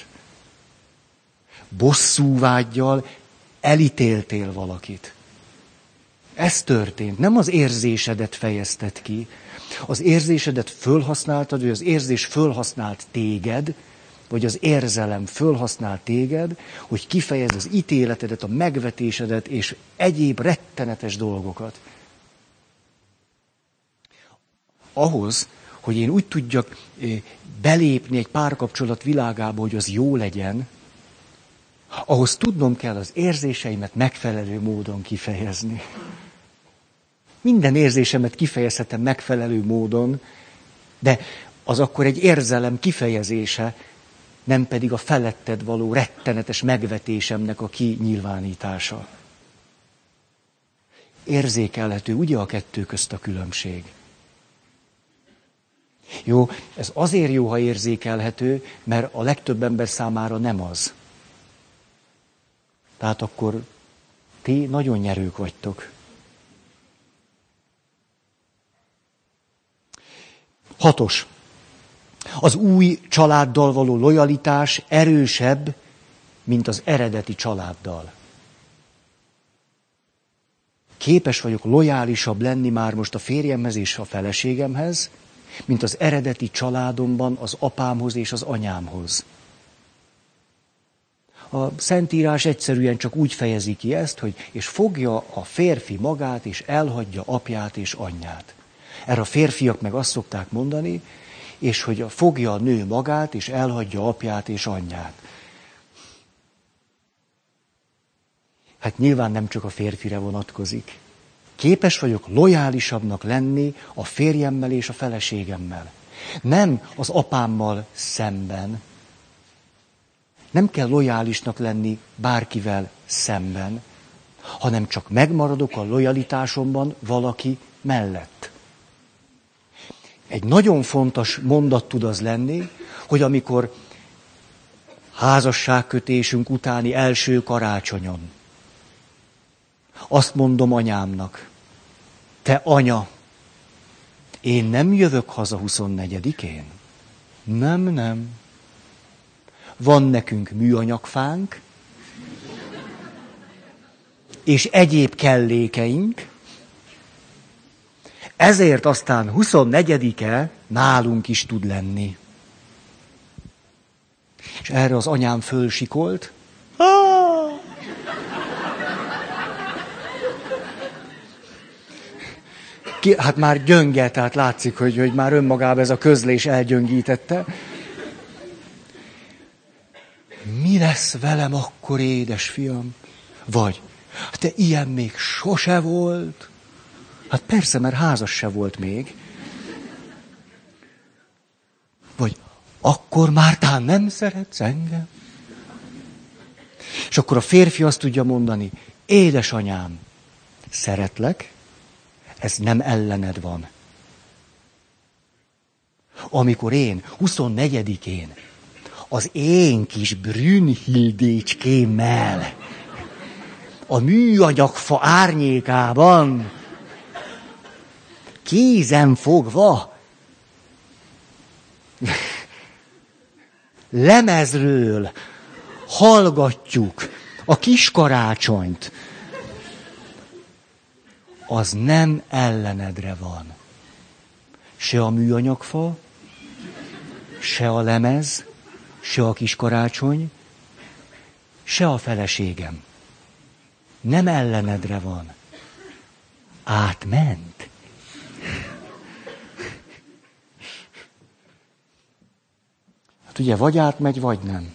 Bosszúvággyal elítéltél valakit. Ez történt. Nem az érzésedet fejezted ki. Az érzésedet fölhasználtad, vagy az érzés fölhasznált téged, vagy az érzelem fölhasznál téged, hogy kifejezd az ítéletedet, a megvetésedet, és egyéb rettenetes dolgokat. Ahhoz, hogy én úgy tudjak belépni egy párkapcsolat világába, hogy az jó legyen, ahhoz tudnom kell az érzéseimet megfelelő módon kifejezni. Minden érzésemet kifejezhetem megfelelő módon, de az akkor egy érzelem kifejezése, nem pedig a feletted való rettenetes megvetésemnek a kinyilvánítása. Érzékelhető, ugye a kettő közt a különbség? Jó, ez azért jó, ha érzékelhető, mert a legtöbb ember számára nem az. Tehát akkor ti nagyon nyerők vagytok. 6. Az új családdal való lojalitás erősebb, mint az eredeti családdal. Képes vagyok lojálisabb lenni már most a férjemhez és a feleségemhez, mint az eredeti családomban az apámhoz és az anyámhoz. A Szentírás egyszerűen csak úgy fejezi ki ezt, hogy és fogja a férfi magát, és elhagyja apját és anyját. Erre a férfiak meg azt szokták mondani, és hogy fogja a nő magát, és elhagyja apját és anyját. Hát nyilván nem csak a férfire vonatkozik. Képes vagyok lojálisabbnak lenni a férjemmel és a feleségemmel. Nem az apámmal szemben. Nem kell lojálisnak lenni bárkivel szemben, hanem csak megmaradok a lojalitásomban valaki mellett. Egy nagyon fontos mondat tud az lenni, hogy amikor házasságkötésünk utáni első karácsonyon azt mondom anyámnak, te anya, én nem jövök haza 24-én. Nem. Van nekünk műanyagfánk, és egyéb kellékeink, ezért aztán 24-e nálunk is tud lenni. És erre az anyám fölsikolt. Hát már gyönge, tehát látszik, hogy már önmagában ez a közlés elgyöngítette. Mi lesz velem akkor, édes fiam? Vagy, te ilyen még sose volt. Hát persze, mert házas se volt még. Vagy, akkor már tán nem szeretsz engem? És akkor a férfi azt tudja mondani, édesanyám, szeretlek, ez nem ellened van. Amikor én 24-én az én kis Brünnhildécskémmel a műanyagfa árnyékában kézen fogva lemezről hallgatjuk a kiskarácsonyt, az nem ellenedre van. Se a műanyagfa, se a lemez, se a kiskarácsony, se a feleségem. Nem ellenedre van. Átment. Hát ugye vagy átmegy, vagy nem.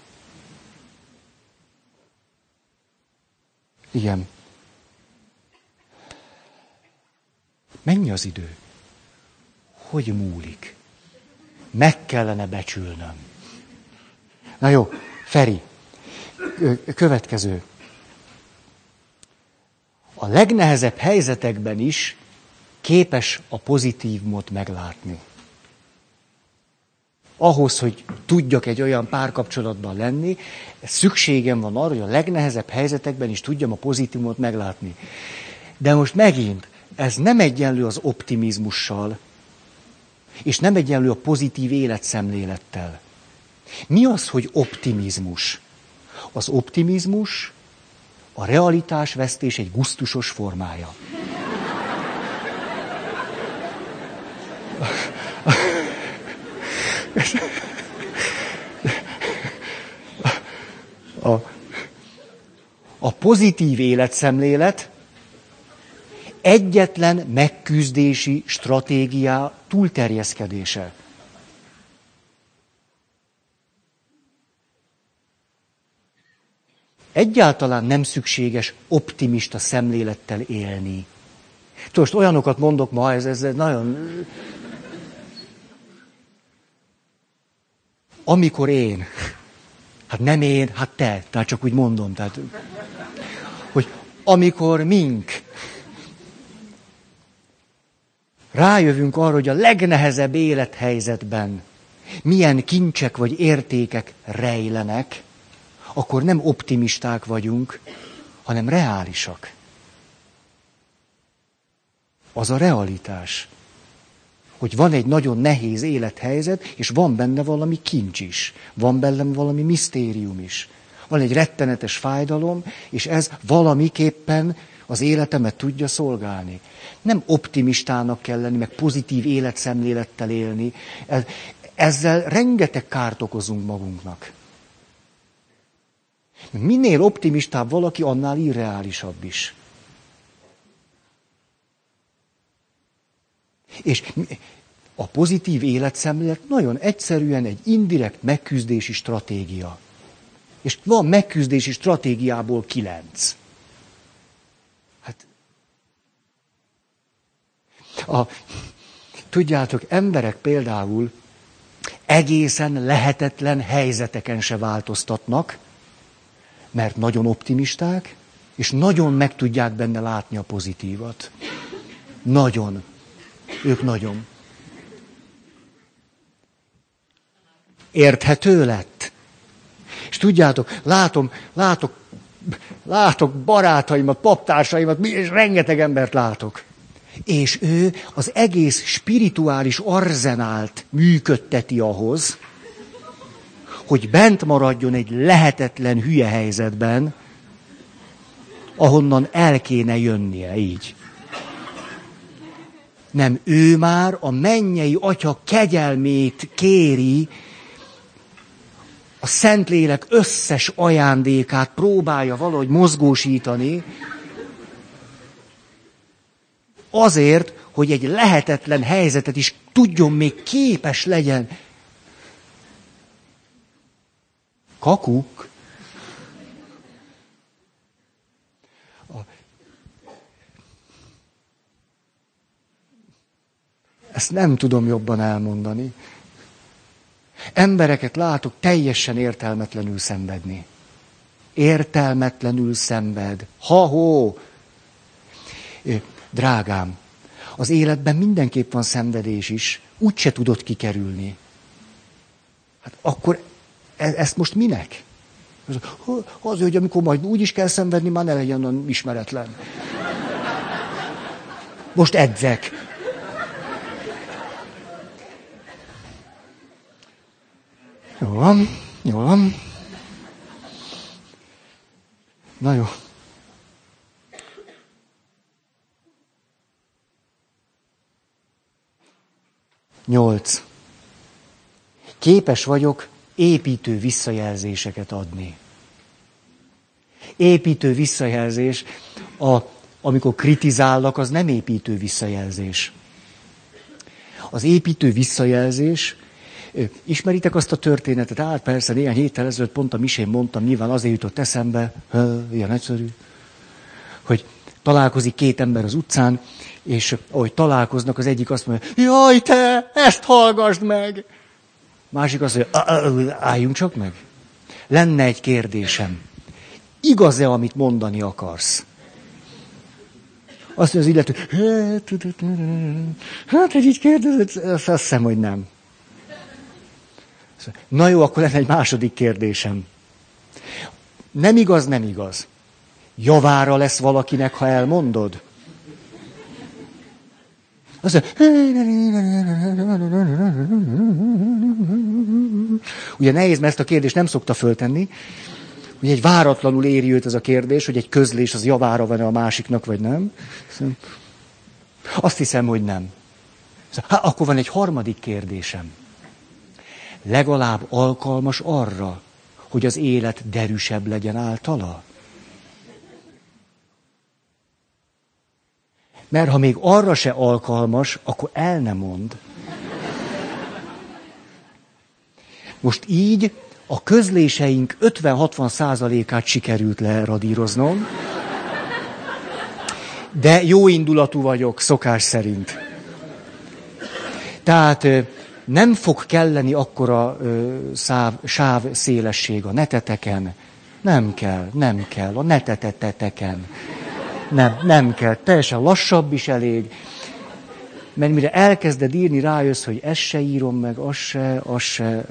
Igen. Mennyi az idő? Hogy múlik? Meg kellene becsülnöm. Na jó, Feri, következő. A legnehezebb helyzetekben is képes a pozitívumot meglátni. Ahhoz, hogy tudjak egy olyan párkapcsolatban lenni, szükségem van arra, hogy a legnehezebb helyzetekben is tudjam a pozitívumot meglátni. De most megint, ez nem egyenlő az optimizmussal, és nem egyenlő a pozitív életszemlélettel. Mi az, hogy optimizmus? Az optimizmus a realitásvesztés egy gusztusos formája. A pozitív életszemlélet egyetlen megküzdési stratégia túlterjeszkedése. Egyáltalán nem szükséges optimista szemlélettel élni. Most olyanokat mondok ma, ez nagyon... Amikor én, hát nem én, hát te, tehát csak úgy mondom, tehát, hogy amikor mink rájövünk arra, hogy a legnehezebb élethelyzetben milyen kincsek vagy értékek rejlenek, akkor nem optimisták vagyunk, hanem reálisak. Az a realitás, hogy van egy nagyon nehéz élethelyzet, és van benne valami kincs is, van benne valami misztérium is. Van egy rettenetes fájdalom, és ez valamiképpen az életemet tudja szolgálni. Nem optimistának kell lenni, meg pozitív életszemlélettel élni. Ezzel rengeteg kárt okozunk magunknak. Minél optimistább valaki, annál irreálisabb is. És a pozitív életszemlélet nagyon egyszerűen egy indirekt megküzdési stratégia. És van megküzdési stratégiából 9. Hát, tudjátok, emberek például egészen lehetetlen helyzeteken se változtatnak, mert nagyon optimisták, és nagyon meg tudják benne látni a pozitívat. Nagyon. Ők nagyon. Érthető lett? És tudjátok, látok barátaimat, paptársaimat, és rengeteg embert látok. És ő az egész spirituális arzenált működteti ahhoz, hogy bent maradjon egy lehetetlen hülye helyzetben, ahonnan el kéne jönnie, így. Nem, ő már a mennyei Atya kegyelmét kéri, a Szentlélek összes ajándékát próbálja valahogy mozgósítani, azért, hogy egy lehetetlen helyzetet is tudjon még képes legyen. Kakuk. Ezt nem tudom jobban elmondani. Embereket látok teljesen értelmetlenül szenvedni. Értelmetlenül szenved. Ha-hó! Drágám, az életben mindenképp van szenvedés is, úgyse tudod kikerülni. Hát akkor ezt most minek? Azért, hogy amikor majd úgy is kell szenvedni, már ne legyen olyan ismeretlen. Most edzek. Jó van, jó van. Na jó. Nyolc. Képes vagyok építő visszajelzéseket adni. Építő visszajelzés, amikor kritizálnak, az nem építő visszajelzés. Az építő visszajelzés, ismeritek azt a történetet? Hát persze, néhány héttel ezelőtt pont a misén mondtam, nyilván azért jutott eszembe, ilyen egyszerű, hogy találkozik két ember az utcán, és ahogy találkoznak, az egyik azt mondja, jaj te, ezt hallgasd meg! Másik azt mondja, álljunk csak meg. Lenne egy kérdésem. Igaz-e, amit mondani akarsz? Azt mondja az illető, hát, hogy így kérdezed, azt hiszem, hogy nem. Na jó, akkor lenne egy második kérdésem. Nem igaz, nem igaz. Javára lesz valakinek, ha elmondod? Azt mondja, ugye nehéz, mert ezt a kérdést nem szokta föltenni. Ugye egy váratlanul éri őt ez a kérdés, hogy egy közlés az javára van a másiknak, vagy nem. Azt hiszem, hogy nem. Hát akkor van egy harmadik kérdésem. Legalább alkalmas arra, hogy az élet derűsebb legyen általa? Mert ha még arra se alkalmas, akkor el nem mond. Most így a közléseink 50-60%-át sikerült leradíroznom, de jó indulatú vagyok, szokás szerint. Tehát nem fog kelleni akkora sáv szélesség a neteteken. Nem kell, a neteteteken. Nem kell, teljesen lassabb is elég. Mert mire elkezded írni, rájössz, hogy ezt se írom meg, az se.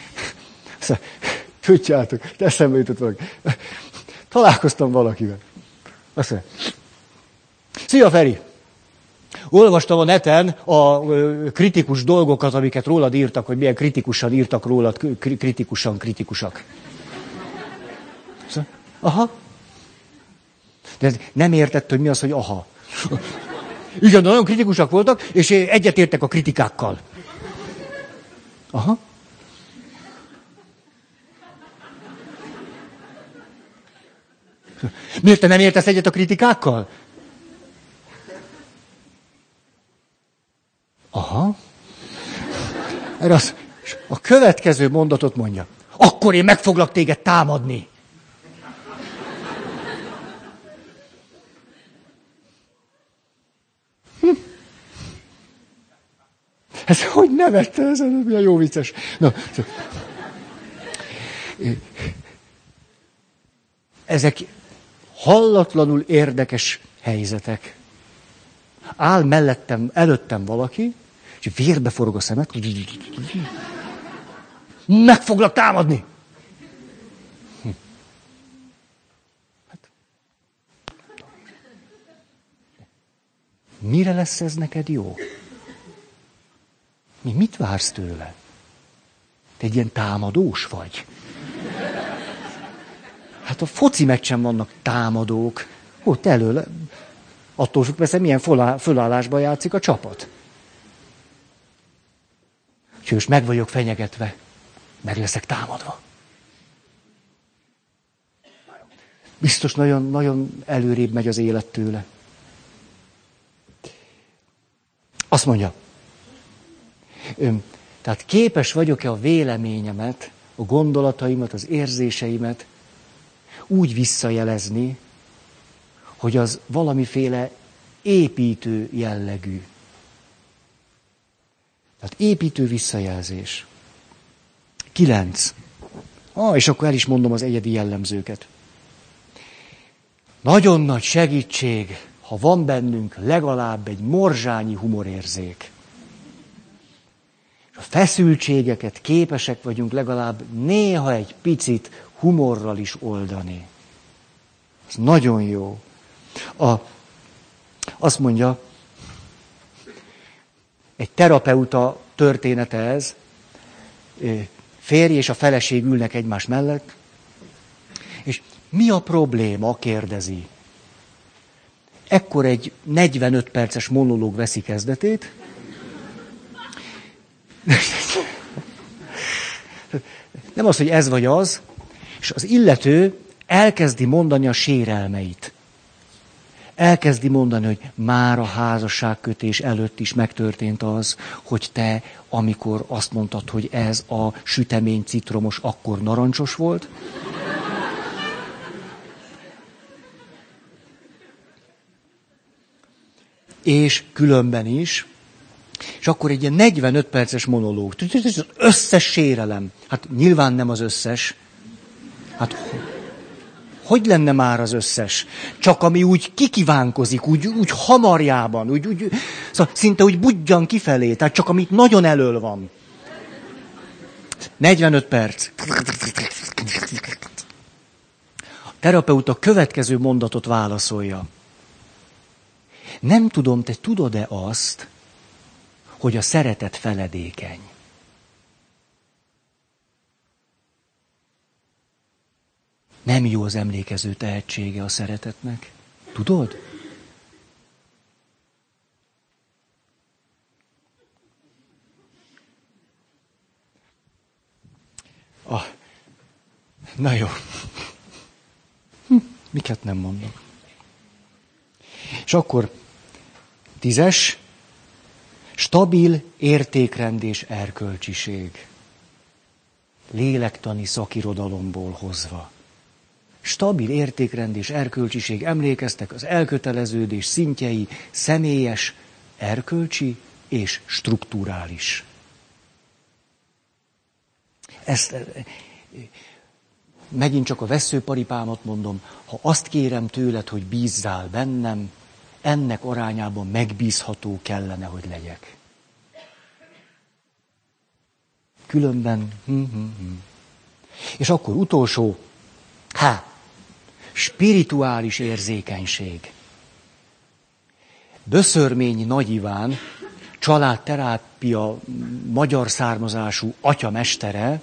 Tudjátok, eszembe jutott valaki. Találkoztam valakivel. Azt mondja, szia Feri! Olvastam a neten a kritikus dolgokat, amiket rólad írtak, hogy milyen kritikusan írtak rólad, kritikusak. Aha. De nem értett, hogy mi az, hogy aha. Igen, nagyon kritikusak voltak, és egyetértek a kritikákkal. Aha. Miért te nem értesz egyet a kritikákkal? Aha. Erre a következő mondatot mondja. Akkor én meg foglak téged támadni. Ez hogy nevette? Ez milyen jó vicces. Na, ezek hallatlanul érdekes helyzetek. Áll előttem valaki, és vérbe forog a szemet. Meg foglak támadni! Mire lesz ez neked jó? Mit vársz tőle? Te egy ilyen támadós vagy? Hát a foci meccsen vannak támadók. Ott elől, attól függ persze, milyen fölállásban játszik a csapat. Úgyhogy most meg vagyok fenyegetve. Meg leszek támadva. Biztos nagyon, nagyon előrébb megy az élet tőle. Azt mondja, tehát képes vagyok-e a véleményemet, a gondolataimat, az érzéseimet úgy visszajelezni, hogy az valamiféle építő jellegű. Tehát építő visszajelzés. 9. És akkor el is mondom az egyedi jellemzőket. Nagyon nagy segítség, ha van bennünk legalább egy morzsányi humorérzék. A feszültségeket képesek vagyunk legalább néha egy picit humorral is oldani. Ez nagyon jó. Azt mondja, egy terapeuta története ez, férj és a feleség ülnek egymás mellett, és mi a probléma, kérdezi. Ekkor egy 45 perces monológ veszi kezdetét, nem az, hogy ez vagy az, és az illető elkezdi mondani a sérelmeit. Elkezdi mondani, hogy már a házasságkötés előtt is megtörtént az, hogy te, amikor azt mondtad, hogy ez a sütemény citromos, akkor narancsos volt. És különben is. És akkor egy ilyen 45 perces monológ. Az összes sérelem. Hát nyilván nem az összes. Hát hogy lenne már az összes? Csak ami úgy kikívánkozik, úgy hamarjában, szóval szinte úgy budjan kifelé, tehát csak amit nagyon elől van. 45 perc. A terapeuta következő mondatot válaszolja. Nem tudom, te tudod-e azt, hogy a szeretet feledékeny? Nem jó az emlékező tehetsége a szeretetnek. Tudod? Na jó. Miket nem mondok. És akkor 10. Stabil értékrend és erkölcsiség. Lélektani szakirodalomból hozva. Stabil értékrend és erkölcsiség, emlékeztek, az elköteleződés szintjei személyes, erkölcsi és strukturális. Ezt megint csak a vesszőparipámat mondom, ha azt kérem tőled, hogy bízzál bennem, ennek arányában megbízható kellene, hogy legyek. Különben... És akkor utolsó, spirituális érzékenység. Böszörményi Nagy Iván, családterápia magyar származású atyamestere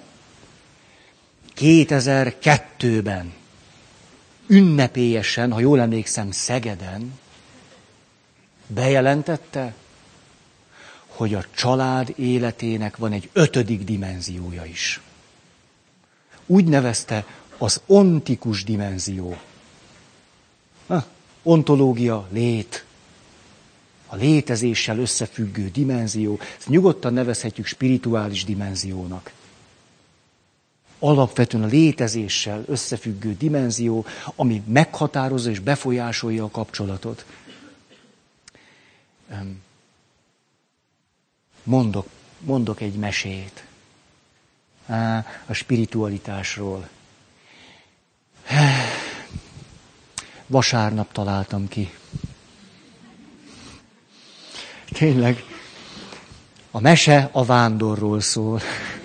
2002-ben ünnepélyesen, ha jól emlékszem, Szegeden bejelentette, hogy a család életének van egy 5. dimenziója is. Úgy nevezte, az ontikus dimenzió. Ontológia, lét. A létezéssel összefüggő dimenzió. Ezt nyugodtan nevezhetjük spirituális dimenziónak. Alapvetően a létezéssel összefüggő dimenzió, ami meghatározza és befolyásolja a kapcsolatot. Mondok egy mesét a spiritualitásról. Vasárnap találtam ki. Tényleg, a mese a vándorról szól.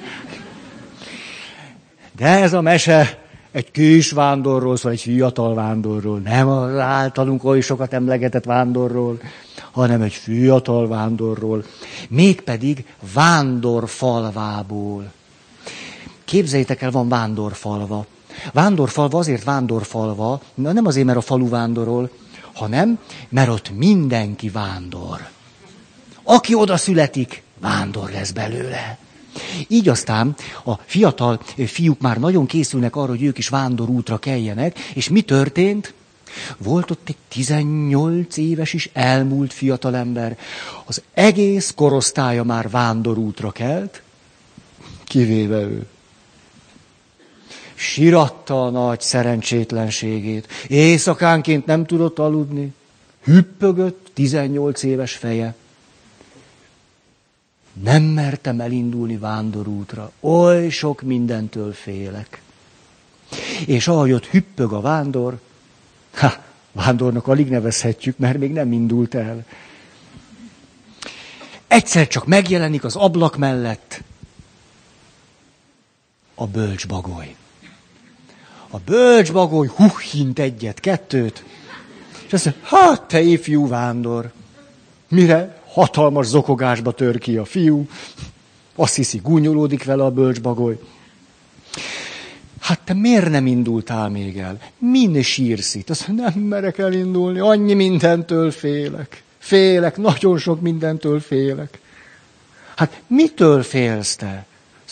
De ez a mese egy kis vándorról szól, egy fiatal vándorról. Nem az általunk oly sokat emlegetett vándorról, hanem egy fiatal vándorról. Mégpedig vándorfalvából. Képzeljétek el, van vándorfalva. Vándorfalva azért vándorfalva, nem azért, mert a falu vándorol, hanem, mert ott mindenki vándor. Aki oda születik, vándor lesz belőle. Így aztán a fiatal fiúk már nagyon készülnek arra, hogy ők is vándorútra keljenek, és mi történt? Volt ott egy 18 éves is elmúlt fiatalember. Az egész korosztálya már vándorútra kelt, kivéve ő. Siratta a nagy szerencsétlenségét. Éjszakánként nem tudott aludni. Hüppögött 18 éves feje. Nem mertem elindulni vándorútra. Oly sok mindentől félek. És ahogy ott hüppög a vándor, vándornak alig nevezhetjük, mert még nem indult el. Egyszer csak megjelenik az ablak mellett a bölcsbagoly. A bölcsbagoly huhint egyet, kettőt, és azt mondja, te ifjú vándor. Mire hatalmas zokogásba tör ki a fiú, azt hiszi, gúnyolódik vele a bölcsbagoly. Te miért nem indultál még el? Min sírsz itt? Azt mondja, nem merek elindulni, annyi mindentől félek. Félek, nagyon sok mindentől félek. Mitől félsz te?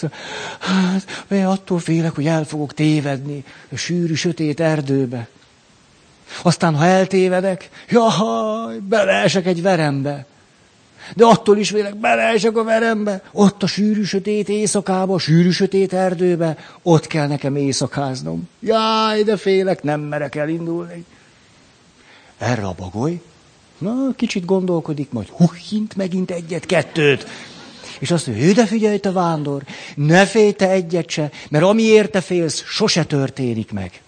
Attól félek, hogy el fogok tévedni a sűrű, sötét erdőbe. Aztán, ha eltévedek, beleesek egy verembe. De attól is félek, beleesek a verembe. Ott a sűrű, sötét éjszakába, a sűrű, sötét erdőbe, ott kell nekem éjszakáznom. Jaj, de félek, nem merek elindulni. Erre a bagoly, kicsit gondolkodik, majd huhint megint egyet, kettőt. És azt mondja, de figyelj, te vándor, ne félj te egyet se, mert amiért te félsz, sose történik meg.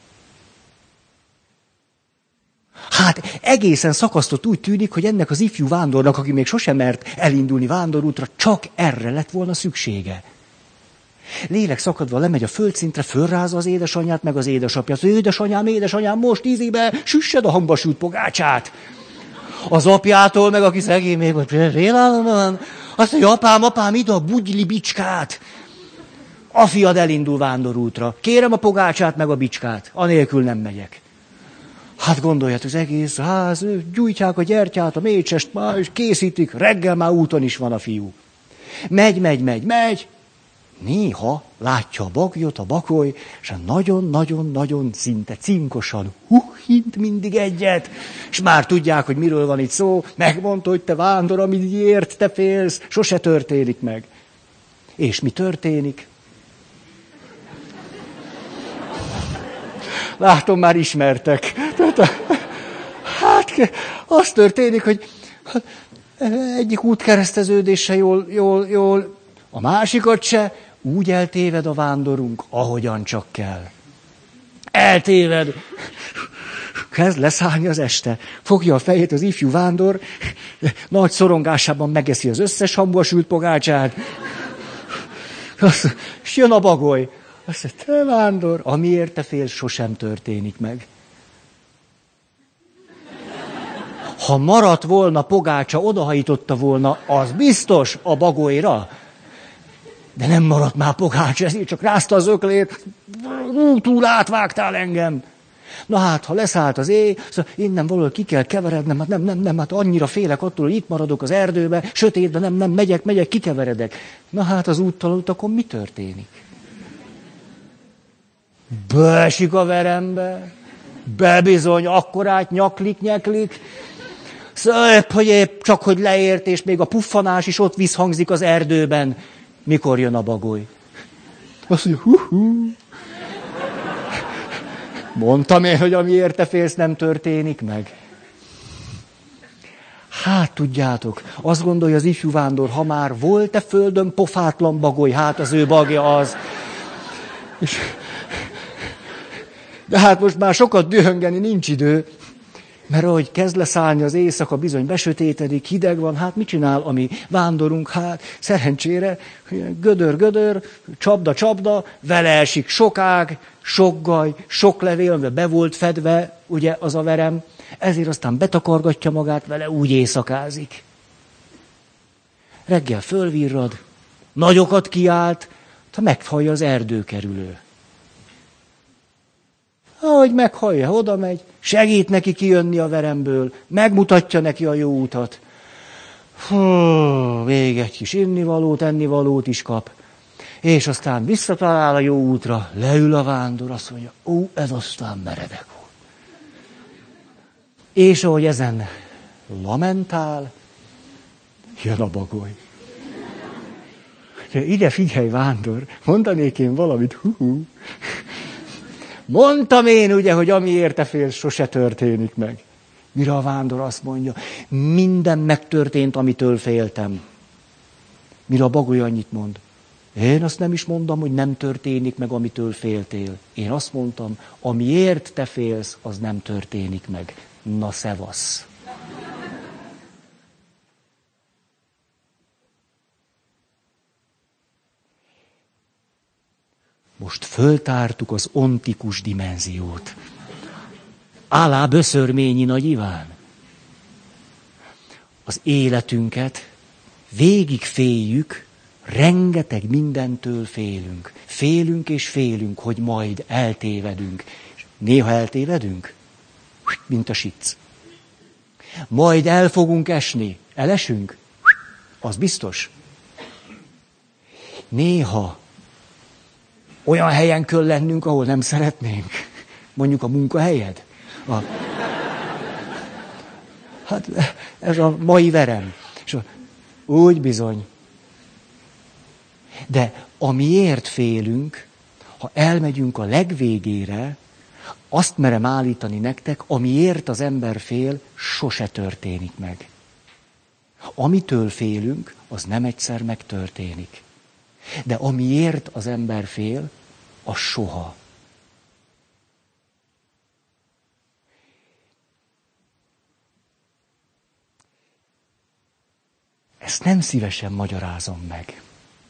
Egészen szakasztott úgy tűnik, hogy ennek az ifjú vándornak, aki még sosem mert elindulni vándorútra, csak erre lett volna szüksége. Lélek szakadva lemegy a földszintre, fölrázza az édesanyját, meg az édesapját. Édesanyám, most ízibe, süssed a hambasült pogácsát. Az apjától, meg aki szegény még vagy félállamban, azt mondja, apám, ide a bugyli bicskát. A fiad elindul vándorútra. Kérem a pogácsát, meg a bicskát. Anélkül nem megyek. Gondolját, az egész ház, gyújtják a gyertyát, a mécsest már, és készítik, reggel már úton is van a fiú. Megy, néha látja a bagyot, a bagoly, és nagyon-nagyon-nagyon szinte cinkosan hint mindig egyet, és már tudják, hogy miről van itt szó, megmondta, hogy te vándor, amiért te félsz, sose történik meg. És mi történik? Látom, már ismertek. Hát, az történik, hogy egyik útkereszteződése jól, a másikat se, úgy eltéved a vándorunk, ahogyan csak kell. Eltéved. Kezd leszállni az este. Fogja a fejét az ifjú vándor, nagy szorongásában megeszi az összes hamva sült pogácsát. És jön a bagoly. Azt mondja, te vándor, amiért te félsz, sosem történik meg. Ha maradt volna pogácsa, odahajította volna, az biztos a bagolyra. De nem maradt már pogácsa, ezért csak rázta az öklét, túl átvágtál engem. Na hát, ha leszállt az éj, szóval innen valahol ki kell keverednem, hát nem, hát annyira félek attól, hogy itt maradok az erdőbe, sötétben, nem, megyek, kikeveredek. Na hát az úttalanul, mi történik? Beesik a verembe, bebizony, akkorát nyeklik. Szóval épp csak, hogy leért, és még a puffanás is ott visszhangzik az erdőben. Mikor jön a bagoly? Azt mondja, hú. Mondtam én, hogy amiért te félsz, nem történik meg. Hát tudjátok, azt gondolja az ifjú vándor, ha már volt-e földön pofátlan bagoly, hát az ő bagja az. De hát most már sokat dühöngeni nincs idő, mert ahogy kezd leszállni az éjszaka, bizony besötétedik, hideg van, hát mit csinál a mi vándorunk? Hát szerencsére gödör, csapda, vele esik sok ág, sok gaj, sok levél, amivel be volt fedve, ugye az a verem, ezért aztán betakargatja magát vele, úgy éjszakázik. Reggel fölvirrad, nagyokat kiált, meghallja az erdőkerülő. Ahogy meghallja, oda megy, segít neki kijönni a veremből, megmutatja neki a jó utat. Még egy kis ennivalót is kap. És aztán visszatalál a jó útra, leül a vándor, azt mondja, ez aztán meredek volt. És ahogy ezen lamentál, jön a bagoly. De ide figyelj, vándor, mondanék én valamit, Mondtam én ugye, hogy amiért te félsz, sose történik meg. Mire a vándor azt mondja, minden megtörtént, amitől féltem. Mire a bagoly annyit mond, én azt nem is mondom, hogy nem történik meg, amitől féltél. Én azt mondtam, amiért te félsz, az nem történik meg. Na, szevasz. Most föltártuk az ontikus dimenziót. Alá Böszörményi Nagy Iván. Az életünket végig féljük, rengeteg mindentől félünk. Félünk, hogy majd eltévedünk. Néha eltévedünk, mint a sic. Majd el fogunk esni. Elesünk? Az biztos. Néha olyan helyen kell lennünk, ahol nem szeretnénk. Mondjuk a munkahelyed. Hát ez a mai verem. És úgy bizony. De amiért félünk, ha elmegyünk a legvégére, azt merem állítani nektek, amiért az ember fél, sose történik meg. Amitől félünk, az nem egyszer megtörténik. De amiért az ember fél, az soha. Ezt nem szívesen magyarázom meg.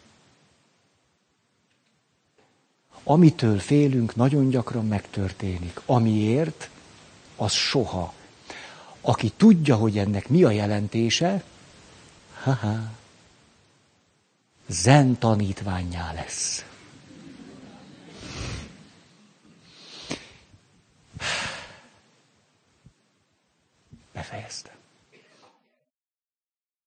Amitől félünk, nagyon gyakran megtörténik. Amiért, az soha. Aki tudja, hogy ennek mi a jelentése, zen tanítvánnyá lesz.